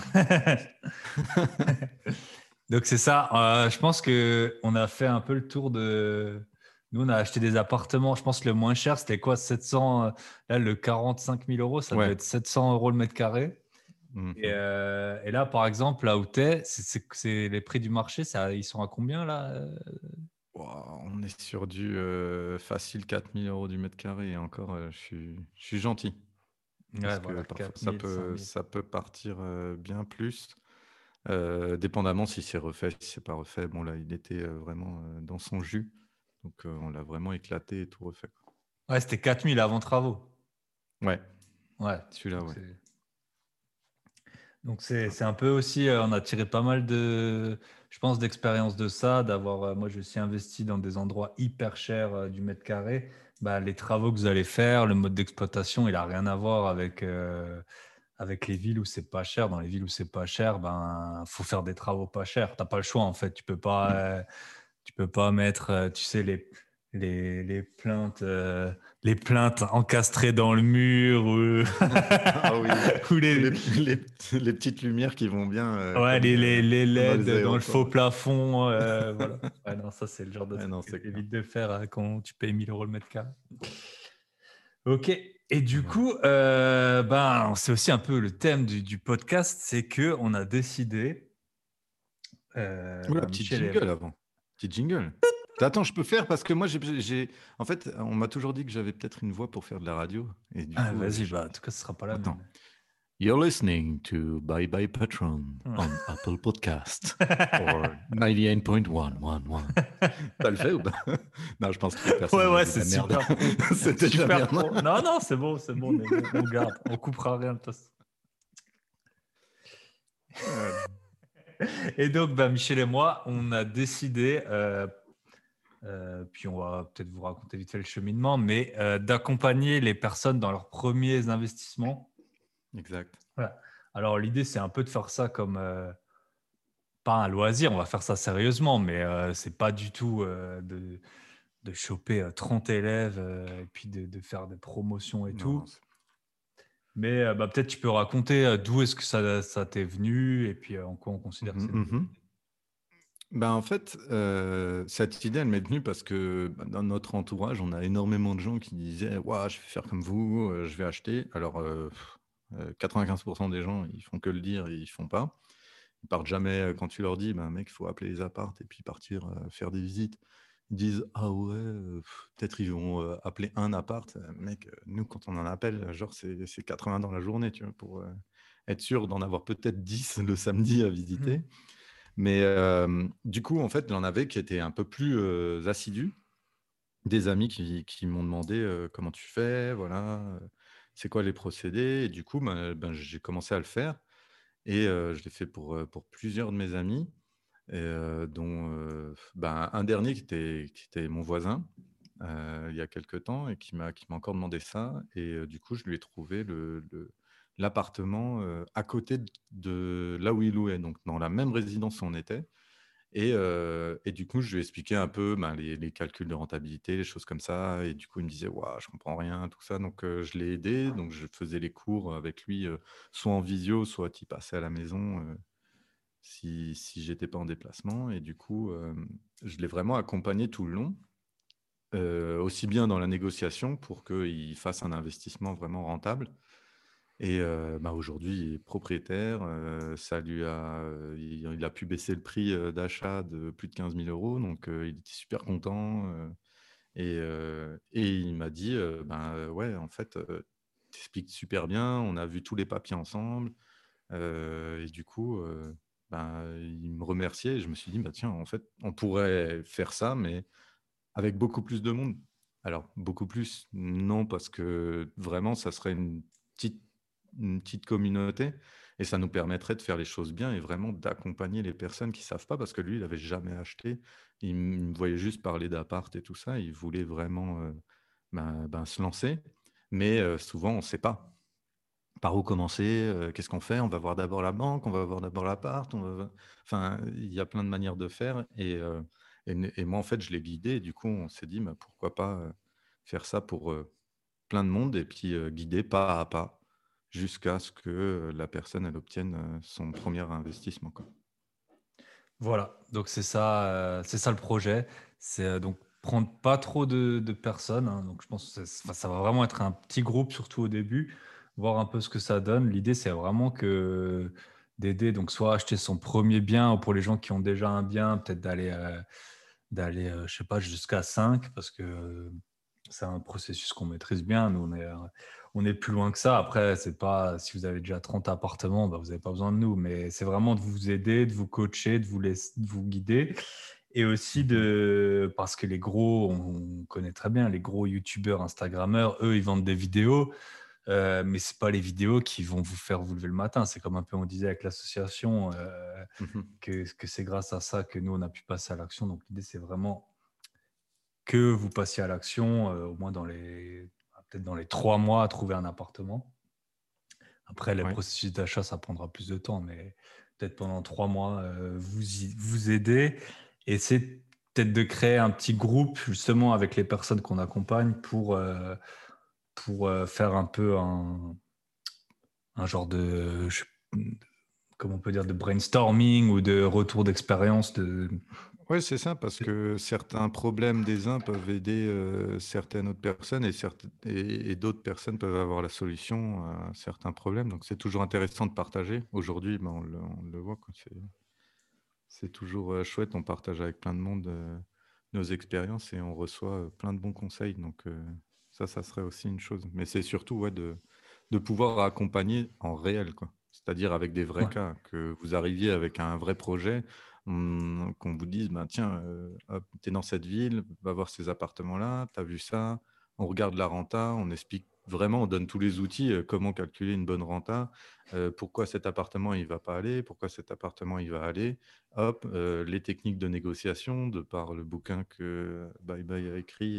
Donc c'est ça. Je pense que on a fait un peu le tour de. Nous, on a acheté des appartements. Je pense que le moins cher, c'était quoi? 700. Là, le 45 000 euros, ça devait Ouais. être 700 euros le mètre carré. Mhm. Et là, par exemple, là où t'es, c'est les prix du marché, ça, ils sont à combien là? Ouah, on est sur du facile 4 000 € du mètre carré. Et encore, je suis gentil. Ouais, Parce que voilà, parfois, 4 000, 5 000. ça peut partir bien plus. Dépendamment si c'est refait, si c'est pas refait. Bon, là, il était vraiment dans son jus. Donc, on l'a vraiment éclaté et tout refait, quoi. Ouais, c'était 4 000 avant travaux. Ouais, Ouais. celui-là, Donc ouais. c'est un peu aussi, on a tiré pas mal de, je pense, d'expérience de ça, d'avoir, moi je suis investi dans des endroits hyper chers du mètre carré. Bah, les travaux que vous allez faire, le mode d'exploitation, il a rien à voir avec les villes où c'est pas cher. Dans les villes où c'est pas cher, ben faut faire des travaux pas chers. T'as pas le choix en fait. Mm. Tu peux pas mettre, tu sais, les plaintes encastrées dans le mur ou, Ah oui, ou ou les, les petites lumières qui vont bien ouais, les comme dans les LED dans le faux aéroports. plafond, voilà. Ouais, non, ça, c'est le genre de Ouais, truc non, que c'est tu clair. évites de faire quand tu payes 1 000 euros le mètre carré. Ok. Et du Voilà. coup, ben, c'est aussi un peu le thème du podcast, c'est que on a décidé, Oula, ben, petit Michel et jingle avant. Petit jingle. Attends, je peux faire parce que moi, en fait, on m'a toujours dit que j'avais peut-être une voix pour faire de la radio. Et du ah, coup, vas-y, bah, en tout cas, ce sera pas la attends. mienne. You're listening to Bye Bye Patron on Apple Podcast or 98.111. T'as le fait ou pas? Non, je pense que personne Ouais, n'a ouais, dit de c'est la merde. super pro. C'était de la Super merde. pro. Non, non, c'est bon, on garde. On coupera rien de toute façon. Voilà. Et donc, bah, Michel et moi, on a décidé, puis on va peut-être vous raconter vite fait le cheminement, mais d'accompagner les personnes dans leurs premiers investissements. Exact. Voilà. Alors, l'idée, c'est un peu de faire ça comme, pas un loisir, on va faire ça sérieusement, mais c'est pas du tout de choper 30 élèves et puis de faire des promotions et Non, non, tout. Mais bah, peut-être tu peux raconter d'où est-ce que ça t'est venu et puis en quoi on considère que Mhm, c'est une bonne mhm. idée. Ben, en fait, cette idée, elle m'est venue parce que bah, dans notre entourage, on a énormément de gens qui disaient: «Ouah, je vais faire comme vous, je vais acheter». Alors, 95% des gens, ils font que le dire et ils font pas. Ils partent jamais, quand tu leur dis: «Ben, mec, il faut appeler les apparts et puis partir, faire des visites». Ils disent: «Ah ouais, peut-être ils vont, appeler un appart». Mec, nous, quand on en appelle, genre, c'est 80 dans la journée, tu vois? Pour, être sûr d'en avoir peut-être 10 le samedi à visiter. Mhm. Mais du coup, en fait, j'en avais qui étaient un peu plus, assidus. Des amis qui m'ont demandé, «Comment tu fais? Voilà, c'est quoi les procédés?» Et du coup, ben, j'ai commencé à le faire et je l'ai fait pour plusieurs de mes amis et dont, ben, un dernier qui était mon voisin, il y a quelque temps et qui m'a encore demandé ça et du coup, je lui ai trouvé l'appartement, à côté de là où il louait, donc dans la même résidence où on était et du coup, je lui ai expliqué un peu, ben, les calculs de rentabilité, les choses comme ça et du coup, il me disait: «Waouh, je comprends rien», tout ça, donc je l'ai aidé, donc je faisais les cours avec lui, soit en visio, soit il passait à la maison, si j'étais pas en déplacement et du coup, je l'ai vraiment accompagné tout le long, aussi bien dans la négociation pour qu'il fasse un investissement vraiment rentable et bah, aujourd'hui, il est propriétaire, ça lui a, il a pu baisser le prix, d'achat de plus de 15 000 €, donc il était super content, et il m'a dit, ben, «Ouais, en fait, tu expliques super bien, on a vu tous les papiers ensemble», et du coup, il me remerciait et je me suis dit, bah, tiens, en fait, on pourrait faire ça, mais avec beaucoup plus de monde. Alors, beaucoup plus, non, parce que vraiment, ça serait petite, une petite communauté et ça nous permettrait de faire les choses bien et vraiment d'accompagner les personnes qui ne savent pas, parce que lui, il n'avait jamais acheté. Il me voyait juste parler d'appart et tout ça. Il voulait vraiment se lancer. Mais souvent, on ne sait pas. Par où commencer? Qu'est-ce qu'on fait? On va voir d'abord la banque, on va voir d'abord l'appart, enfin, il y a plein de manières de faire et moi, en fait, je l'ai guidé et du coup, on s'est dit: «Bah, pourquoi pas, faire ça pour, plein de monde et puis, guider pas à pas jusqu'à ce que, la personne, elle obtienne, son premier investissement, quoi». Voilà, donc c'est ça le projet. C'est donc prendre pas trop de personnes, hein, donc je pense que ça va vraiment être un petit groupe, surtout au début, voir un peu ce que ça donne. L'idée, c'est vraiment que d'aider, donc soit acheter son premier bien, ou pour les gens qui ont déjà un bien, peut-être d'aller, je sais pas, jusqu'à 5, parce que c'est un processus qu'on maîtrise bien. Nous, on est plus loin que ça. Après, c'est pas, si vous avez déjà 30 appartements, bah, vous n'avez pas besoin de nous, mais c'est vraiment de vous aider, de vous coacher, de vous guider. Et aussi Mmh. parce que les gros, on connaît très bien les gros youtubeurs, instagrammeurs, eux, ils vendent des vidéos, mais c'est pas les vidéos qui vont vous faire vous lever le matin. C'est comme un peu, on disait avec l'association, Mmh. que c'est grâce à ça que nous, on a pu passer à l'action. Donc, l'idée, c'est vraiment que vous passiez à l'action, au moins peut-être dans les 3 mois à trouver un appartement. Après, le Ouais. processus d'achat, ça prendra plus de temps, mais peut-être pendant 3 mois, vous aider. Et c'est peut-être de créer un petit groupe justement avec les personnes qu'on accompagne pour faire un peu un genre comment on peut dire, de brainstorming ou de retour d'expérience. Ouais, c'est ça, parce que certains problèmes des uns peuvent aider, certaines autres personnes et d'autres personnes peuvent avoir la solution à certains problèmes, donc c'est toujours intéressant de partager. Aujourd'hui, on le voit, quoi, c'est toujours, chouette, on partage avec plein de monde, nos expériences et on reçoit, plein de bons conseils, donc ça serait aussi une chose. Mais c'est surtout, ouais, de pouvoir accompagner en réel, quoi. C'est-à-dire avec des vrais Ouais. cas, que vous arriviez avec un vrai projet, qu'on vous dise: «Ben, tiens, hop, tu es dans cette ville, va voir ces appartements-là, tu as vu ça, on regarde la renta», on explique vraiment, on donne tous les outils, comment calculer une bonne renta, pourquoi cet appartement il va pas aller, pourquoi cet appartement il va aller. Hop, les techniques de négociation de par le bouquin que Bye Bye a écrit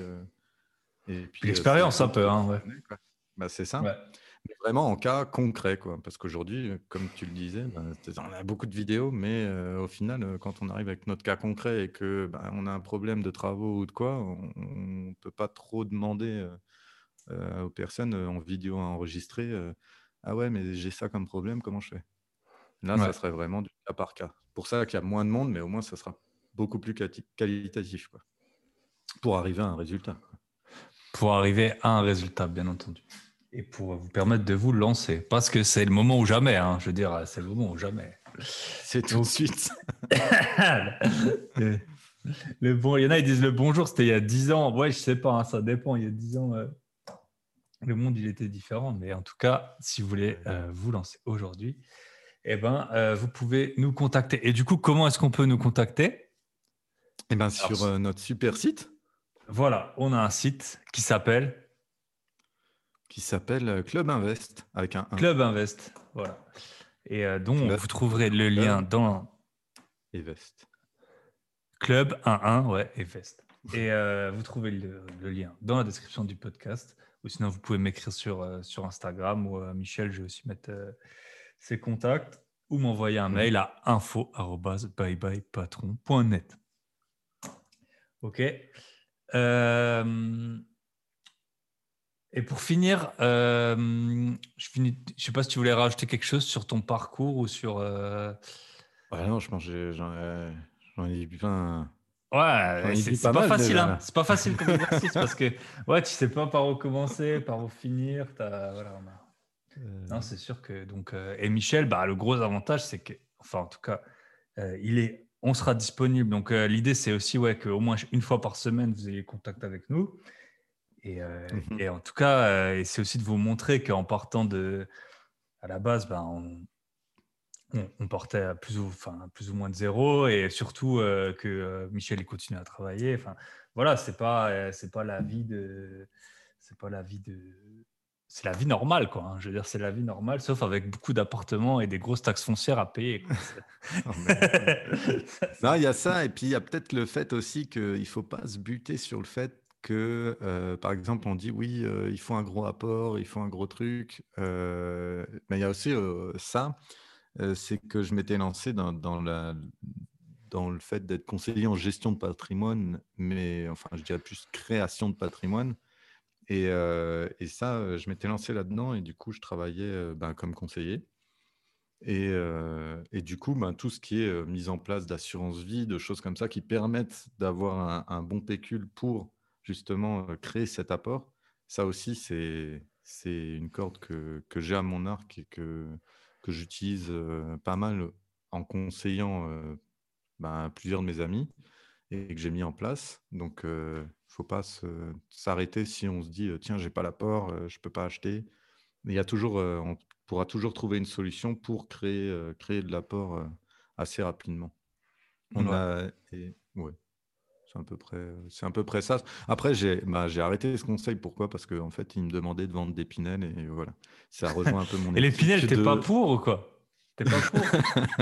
et Puis puis, l'expérience, ces un autres peu, que hein, tu ouais. connais, quoi. Bah, c'est ça, Ouais. mais vraiment en cas concret, quoi. Parce qu'aujourd'hui, comme tu le disais, on a beaucoup de vidéos, mais au final, quand on arrive avec notre cas concret et que, on a un problème de travaux ou de quoi, on peut pas trop demander, aux personnes, en vidéo enregistrée, «Ah ouais, mais j'ai ça comme problème, comment je fais?» Là, ça Ouais. serait vraiment du cas par cas. Pour ça qu'il y a moins de monde, mais au moins ça sera beaucoup plus qualitatif, quoi, pour arriver à un résultat, quoi. Pour arriver à un résultat, bien entendu. Et pour vous permettre de vous lancer. Parce que c'est le moment ou jamais, hein. Je veux dire, c'est le moment ou jamais. C'est tout de Donc, suite. le, bon, il y en a, ils disent le bonjour, c'était il y a 10 ans. Ouais, je sais pas, hein, ça dépend. Il y a 10 ans, le monde, il était différent. Mais en tout cas, si vous voulez Ouais. vous lancer aujourd'hui, eh ben, vous pouvez nous contacter. Et du coup, comment est-ce qu'on peut nous contacter? Et ben Alors, sur, notre super site voilà, on a un site qui s'appelle qui s'appelle, Club Invest avec un 1. Club Invest. Voilà. Et dont Club, vous trouverez comme le lien club dans et Vest. Club 11, ouais, et Vest. Et vous trouvez le lien dans la description du podcast. Ou sinon, vous pouvez m'écrire sur Instagram ou Michel, je vais aussi mettre ses contacts. Ou m'envoyer un Mmh. mail à info@byebyepatron.net. OK. Euh, et pour finir, je sais pas si tu voulais rajouter quelque chose sur ton parcours ou sur. Ouais, non, je pense que j'en ai vu plein j'en Ouais, ai dit c'est pas pas mal facile, déjà hein. là. C'est pas facile comme exercice parce que ouais, tu sais pas par où commencer, par où finir. Voilà, non, Heu, c'est sûr que donc et Michel, bah le gros avantage, c'est que, enfin en tout cas, on sera disponible. Donc l'idée, c'est aussi ouais qu'au moins une fois par semaine, vous ayez contact avec nous. mmh. Et en tout cas, et c'est aussi de vous montrer qu'en partant à la base, on partait à plus ou moins de zéro et surtout que Michel il continue à travailler. Enfin, voilà, c'est pas la vie de, c'est pas la vie de, c'est la vie normale, quoi. Hein. Je veux dire, c'est la vie normale, sauf avec beaucoup d'appartements et des grosses taxes foncières à payer. Quoi. Non, mais non, il y a ça, et puis il y a peut-être le fait aussi qu'il ne faut pas se buter sur le fait que, par exemple, on dit oui, il faut un gros apport, il faut un gros truc, mais il y a aussi ça, c'est que je m'étais lancé dans le fait d'être conseiller en gestion de patrimoine, mais enfin, je dirais plus création de patrimoine. Et ça, je m'étais lancé là-dedans et du coup, je travaillais ben, comme conseiller. Et du coup, ben, tout ce qui est mise en place d'assurance vie, de choses comme ça qui permettent d'avoir un bon pécule pour justement créer cet apport, ça aussi, c'est une corde que j'ai à mon arc et que j'utilise pas mal en conseillant ben, plusieurs de mes amis et que j'ai mis en place. Donc, faut pas s'arrêter si on se dit tiens, j'ai pas l'apport, je peux pas acheter. Mais il y a toujours, on pourra toujours trouver une solution pour créer de l'apport, assez rapidement. On Ouais. a et ouais, c'est à peu près ça. Après j'ai arrêté ce conseil. Pourquoi? Parce qu'en fait, il me demandait de vendre des Pinel et voilà. Ça rejoint un peu mon Et les Pinel, éthique t'es pas de pour ou quoi? T'es pas pour?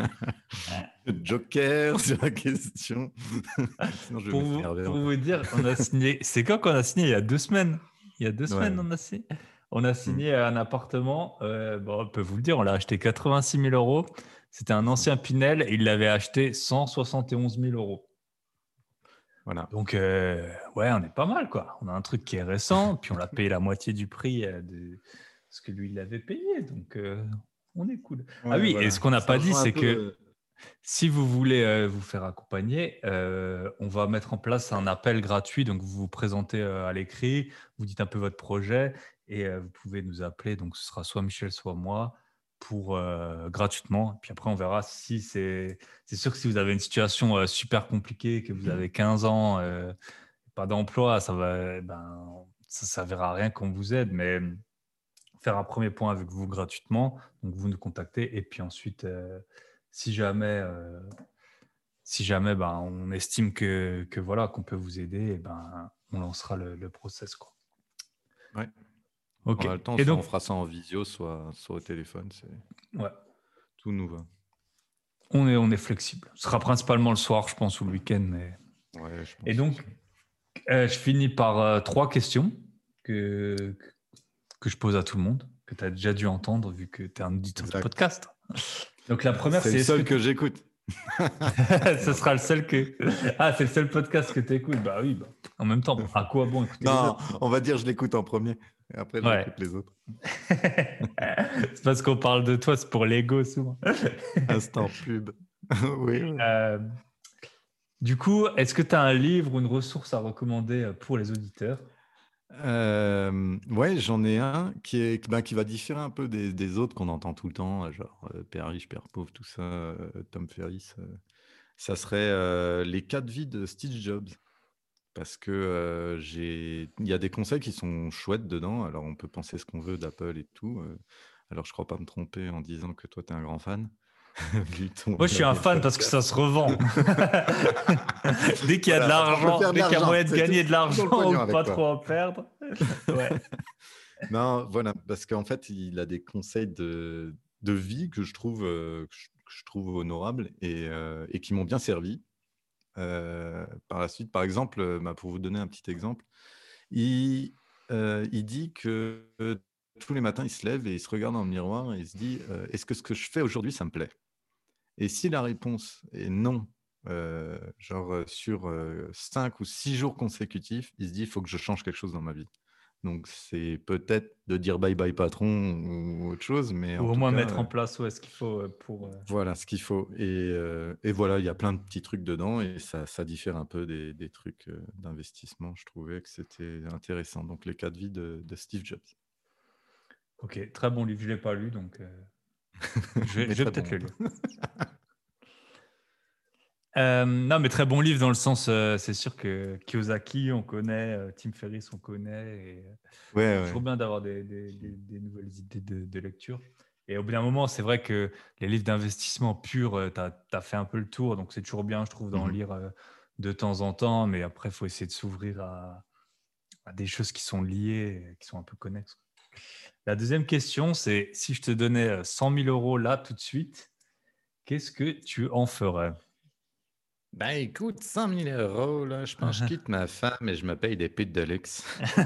joker sur la question. Sinon je vais m'énerver Pour encore. vous dire, on a signé. C'est quand qu'on a signé? Il y a 2 semaines. Il y a deux Ouais, semaines, ouais. on a signé. On a Mmh. signé un appartement. Bon, on peut vous le dire, on l'a acheté 86 000 euros. C'était un ancien Pinel et il l'avait acheté 171 000 euros. Voilà. Donc, ouais, on est pas mal, quoi. On a un truc qui est récent, puis on l'a payé la moitié du prix de ce que lui, il avait payé. Donc, on est cool. Ah Ouais, oui, et voilà. ce qu'on n'a Ça pas dit, rejoint un c'est peu, que si vous voulez vous faire accompagner, on va mettre en place un appel gratuit. Donc, vous vous présentez à l'écrit, vous dites un peu votre projet et vous pouvez nous appeler. Donc, ce sera soit Michel, soit moi pour gratuitement. Puis après, on verra si c'est sûr que si vous avez une situation super compliquée, que vous avez 15 ans, pas d'emploi, ça verra rien qu'on vous aide. Mais faire un premier point avec vous gratuitement. Donc, vous nous contactez et puis ensuite, si jamais ben, on estime que voilà qu'on peut vous aider, et ben, on lancera le process quoi. ouais. On Ok. a le temps, Et soit donc on fera ça en visio, soit au téléphone, ouais, tout nous va. on est flexible. Ce sera principalement le soir, je pense, ou le week-end. Mais... Ouais, je Et pense donc aussi. je finis par 3 questions que que je pose à tout le monde, que tu as déjà dû entendre vu que tu es un auditeur de Exact. podcast. Donc la première, C'est le c'est est-ce que seul que j'écoute. ce Non, sera le seul que c'est le seul podcast que tu écoutes. Bah oui, bah. En même temps, à quoi bon écouter les non, autres? on va dire je l'écoute en premier. Et après, Ouais. j'écoute les autres. C'est parce qu'on parle de toi, c'est pour l'ego souvent. Instant pub. Oui, oui. Euh, du coup, est-ce que tu as un livre ou une ressource à recommander pour les auditeurs? Ouais, j'en ai un qui va différer un peu des autres qu'on entend tout le temps, genre Père riche, Père pauvre, tout ça, Tom Ferriss. Ça serait Les 4 vies de Steve Jobs. Parce que il y a des conseils qui sont chouettes dedans. Alors, on peut penser ce qu'on veut d'Apple et tout. Alors, je crois pas me tromper en disant que toi, tu es un grand fan, vu ton Moi, je suis un dernier fan parce que ça podcast. se revend. Dès qu'il y a de Voilà, parce qu'on peut l'argent, faire de dès qu'il y a l'argent. moyen de C'est gagner de tout dans le l'argent ou pognon de avec pas toi. trop en perdre. Ouais. Non, voilà, parce qu'en fait, il a des conseils de vie que je trouve honorables et qui m'ont bien servi. Par la suite, par exemple, bah, pour vous donner un petit exemple, il dit que tous les matins, il se lève et il se regarde dans le miroir et il se dit est-ce que ce que je fais aujourd'hui, ça me plaît? Et si la réponse est non, genre sur 5 ou 6 jours consécutifs, il se dit il faut que je change quelque chose dans ma vie. Donc, c'est peut-être de dire bye bye patron ou autre chose, mais Ou en au tout moins cas, mettre en place ce qu'il faut pour. voilà ce qu'il faut. Et voilà, il y a plein de petits trucs dedans et ça diffère un peu des trucs d'investissement. Je trouvais que c'était intéressant. Donc, les 4 vies de Steve Jobs. Ok, très bon livre. Je l'ai pas lu, donc Mais je vais très peut-être bon. le lire. Non, mais très bon livre dans le sens, c'est sûr que Kiyosaki, on connaît, Tim Ferriss, on connaît. Et, Ouais, c'est ouais. toujours bien d'avoir des nouvelles idées de lecture. Et au bout d'un moment, c'est vrai que les livres d'investissement purs, tu as fait un peu le tour. Donc, c'est toujours bien, je trouve, d'en lire de temps en temps. Mais après, il faut essayer de s'ouvrir à des choses qui sont liées, qui sont un peu connexes. La deuxième question, c'est si je te donnais 100 000 euros là, tout de suite, qu'est-ce que tu en ferais? Ben écoute, 100 000 euros, là, je pense que je quitte ma femme et je me paye des putes de luxe.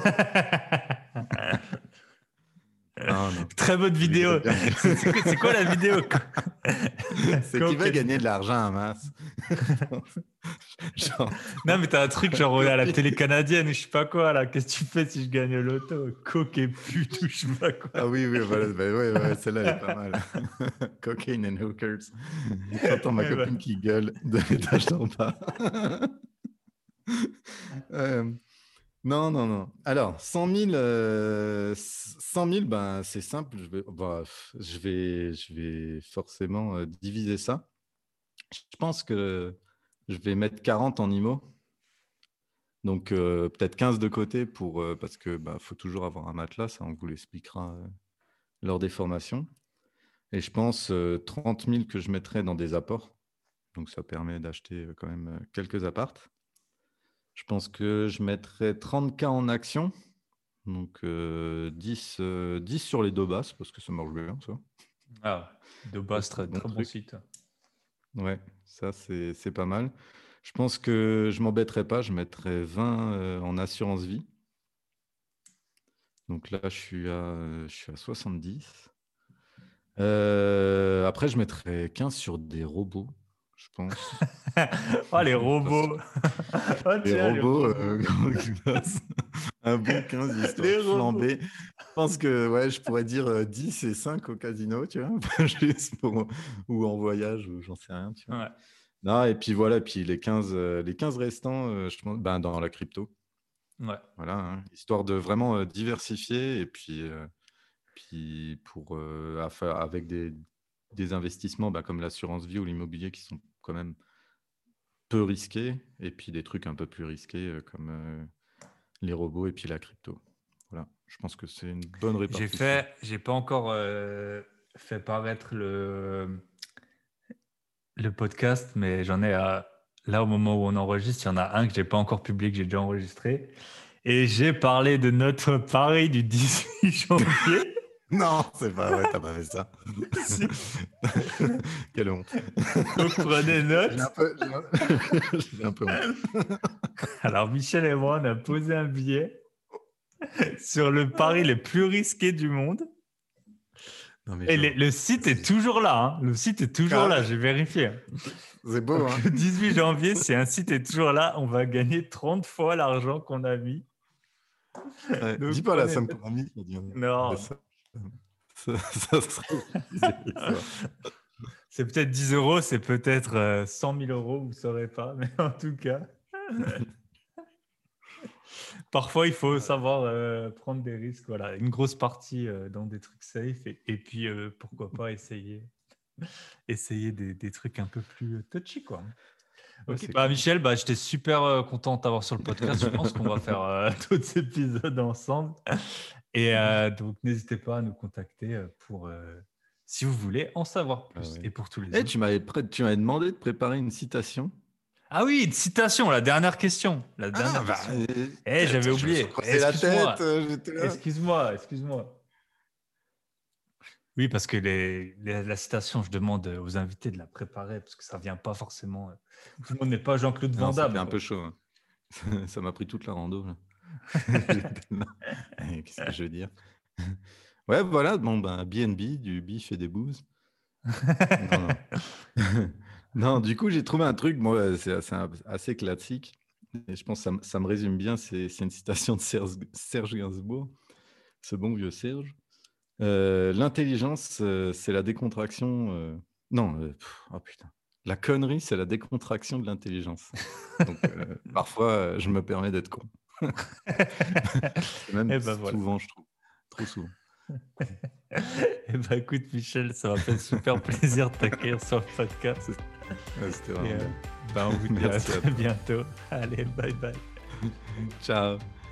Non, non. Très bonne Je vidéo. rigole bien. C'est quoi la vidéo? C'est qu'il va gagner de l'argent en masse. Genre, Non, mais t'as un truc genre à la copie. télé canadienne ou je sais pas quoi, là. Qu'est-ce que tu fais si je gagne au loto? Coq et pute ou je sais pas quoi. Ah oui, voilà, ouais, celle-là elle est pas mal. Cocaine and hookers. J'entends ma Eh ben. copine qui gueule de l'étage d'en bas. Non. Alors, 100 000, ben, c'est simple. Je vais forcément diviser ça. Je pense que je vais mettre 40 en IMO. Donc, peut-être 15 de côté parce que faut toujours avoir un matelas. Ça, on vous l'expliquera lors des formations. Et je pense 30 000 que je mettrai dans des apports. Donc, ça permet d'acheter quand même quelques appartes. Je pense que je mettrai 30K en action. Donc, 10 sur les deux basses, parce que ça marche bien, ça. Ah, de base, C'est un très bon truc. site. Ouais, ça, c'est pas mal. Je pense que je m'embêterai pas. Je mettrai 20 en assurance vie. Donc là, je suis à 70. Après, je mettrai 15 sur des robots, je pense. Oh, les robots. Oh, Les tiens, les robots, robots. un bon 15 histoire Les de robots. flamber. Je pense que ouais, je pourrais dire 10 et 5 au casino, tu vois, juste ou en voyage, ou j'en sais rien, tu vois. Ouais. Non, et puis voilà, puis les 15 restants, je pense, dans la crypto. Ouais. Voilà, hein, histoire de vraiment diversifier et puis pour avec des investissements comme l'assurance vie ou l'immobilier qui sont quand même peu risqués, et puis des trucs un peu plus risqués comme les robots et puis la crypto. Voilà, je pense que c'est une bonne répartition. J'ai pas encore fait paraître le podcast, mais j'en ai là au moment où on enregistre, il y en a un que j'ai pas encore publié, que j'ai déjà enregistré. Et j'ai parlé de notre pari du 18 janvier. Non, c'est pas vrai, t'as pas fait ça. Si. Quelle honte. Donc prenez note. J'ai un peu honte. Alors Michel et moi, on a posé un billet sur le pari le plus risqué du monde. Non, mais Et genre, le site est toujours là. Hein. Le site est toujours là, j'ai vérifié. c'est beau, Donc, hein. le 18 janvier, si un site est toujours là, on va gagner 30 fois l'argent qu'on a mis. Ouais, Donc dis pas la prenez somme note. qu'on a mis, Non. ça serait ça. C'est peut-être 10 euros, c'est peut-être 100 000 euros, vous ne saurez pas. Mais en tout cas, parfois, il faut savoir prendre des risques. Voilà, une grosse partie dans des trucs safe et puis pourquoi pas essayer des trucs un peu plus touchy, quoi. Ouais, Ok, c'est bah clair. Michel, j'étais super content de t'avoir sur le podcast. Je pense qu'on va faire d'autres épisodes ensemble. Et donc, n'hésitez pas à nous contacter pour, si vous voulez, en savoir Ah plus. ouais. Et pour tous les Eh, autres. tu m'avais demandé de préparer une citation. Ah oui, une citation, la dernière question. La Ah, dernière question. J'avais je me suis oublié. creusé la tête, Excuse-moi. j'étais là. Excuse-moi. Oui, parce que la citation, je demande aux invités de la préparer parce que ça vient pas forcément. Tout le monde n'est pas Jean-Claude Van Non, c'était Damme, un quoi. peu chaud, hein. Ça m'a pris toute la rando, là. Qu'est-ce que je veux dire? Ouais, voilà, bon, BNB, du bif et des bouses. Non. Non, du coup, j'ai trouvé un truc, moi, c'est assez classique. Et je pense que ça me résume bien. C'est une citation de Serge Gainsbourg, ce bon vieux Serge. L'intelligence, c'est la décontraction. Non, oh putain. La connerie, c'est la décontraction de l'intelligence. Donc, parfois, je me permets d'être con. Même Et ben voilà. souvent, je trouve. Trop souvent. Et ben écoute, Michel, ça m'a fait super plaisir de t'accueillir sur le podcast. Ouais, c'était Et vraiment bien. on vous dit à Merci à très bientôt. Allez, bye bye. Ciao.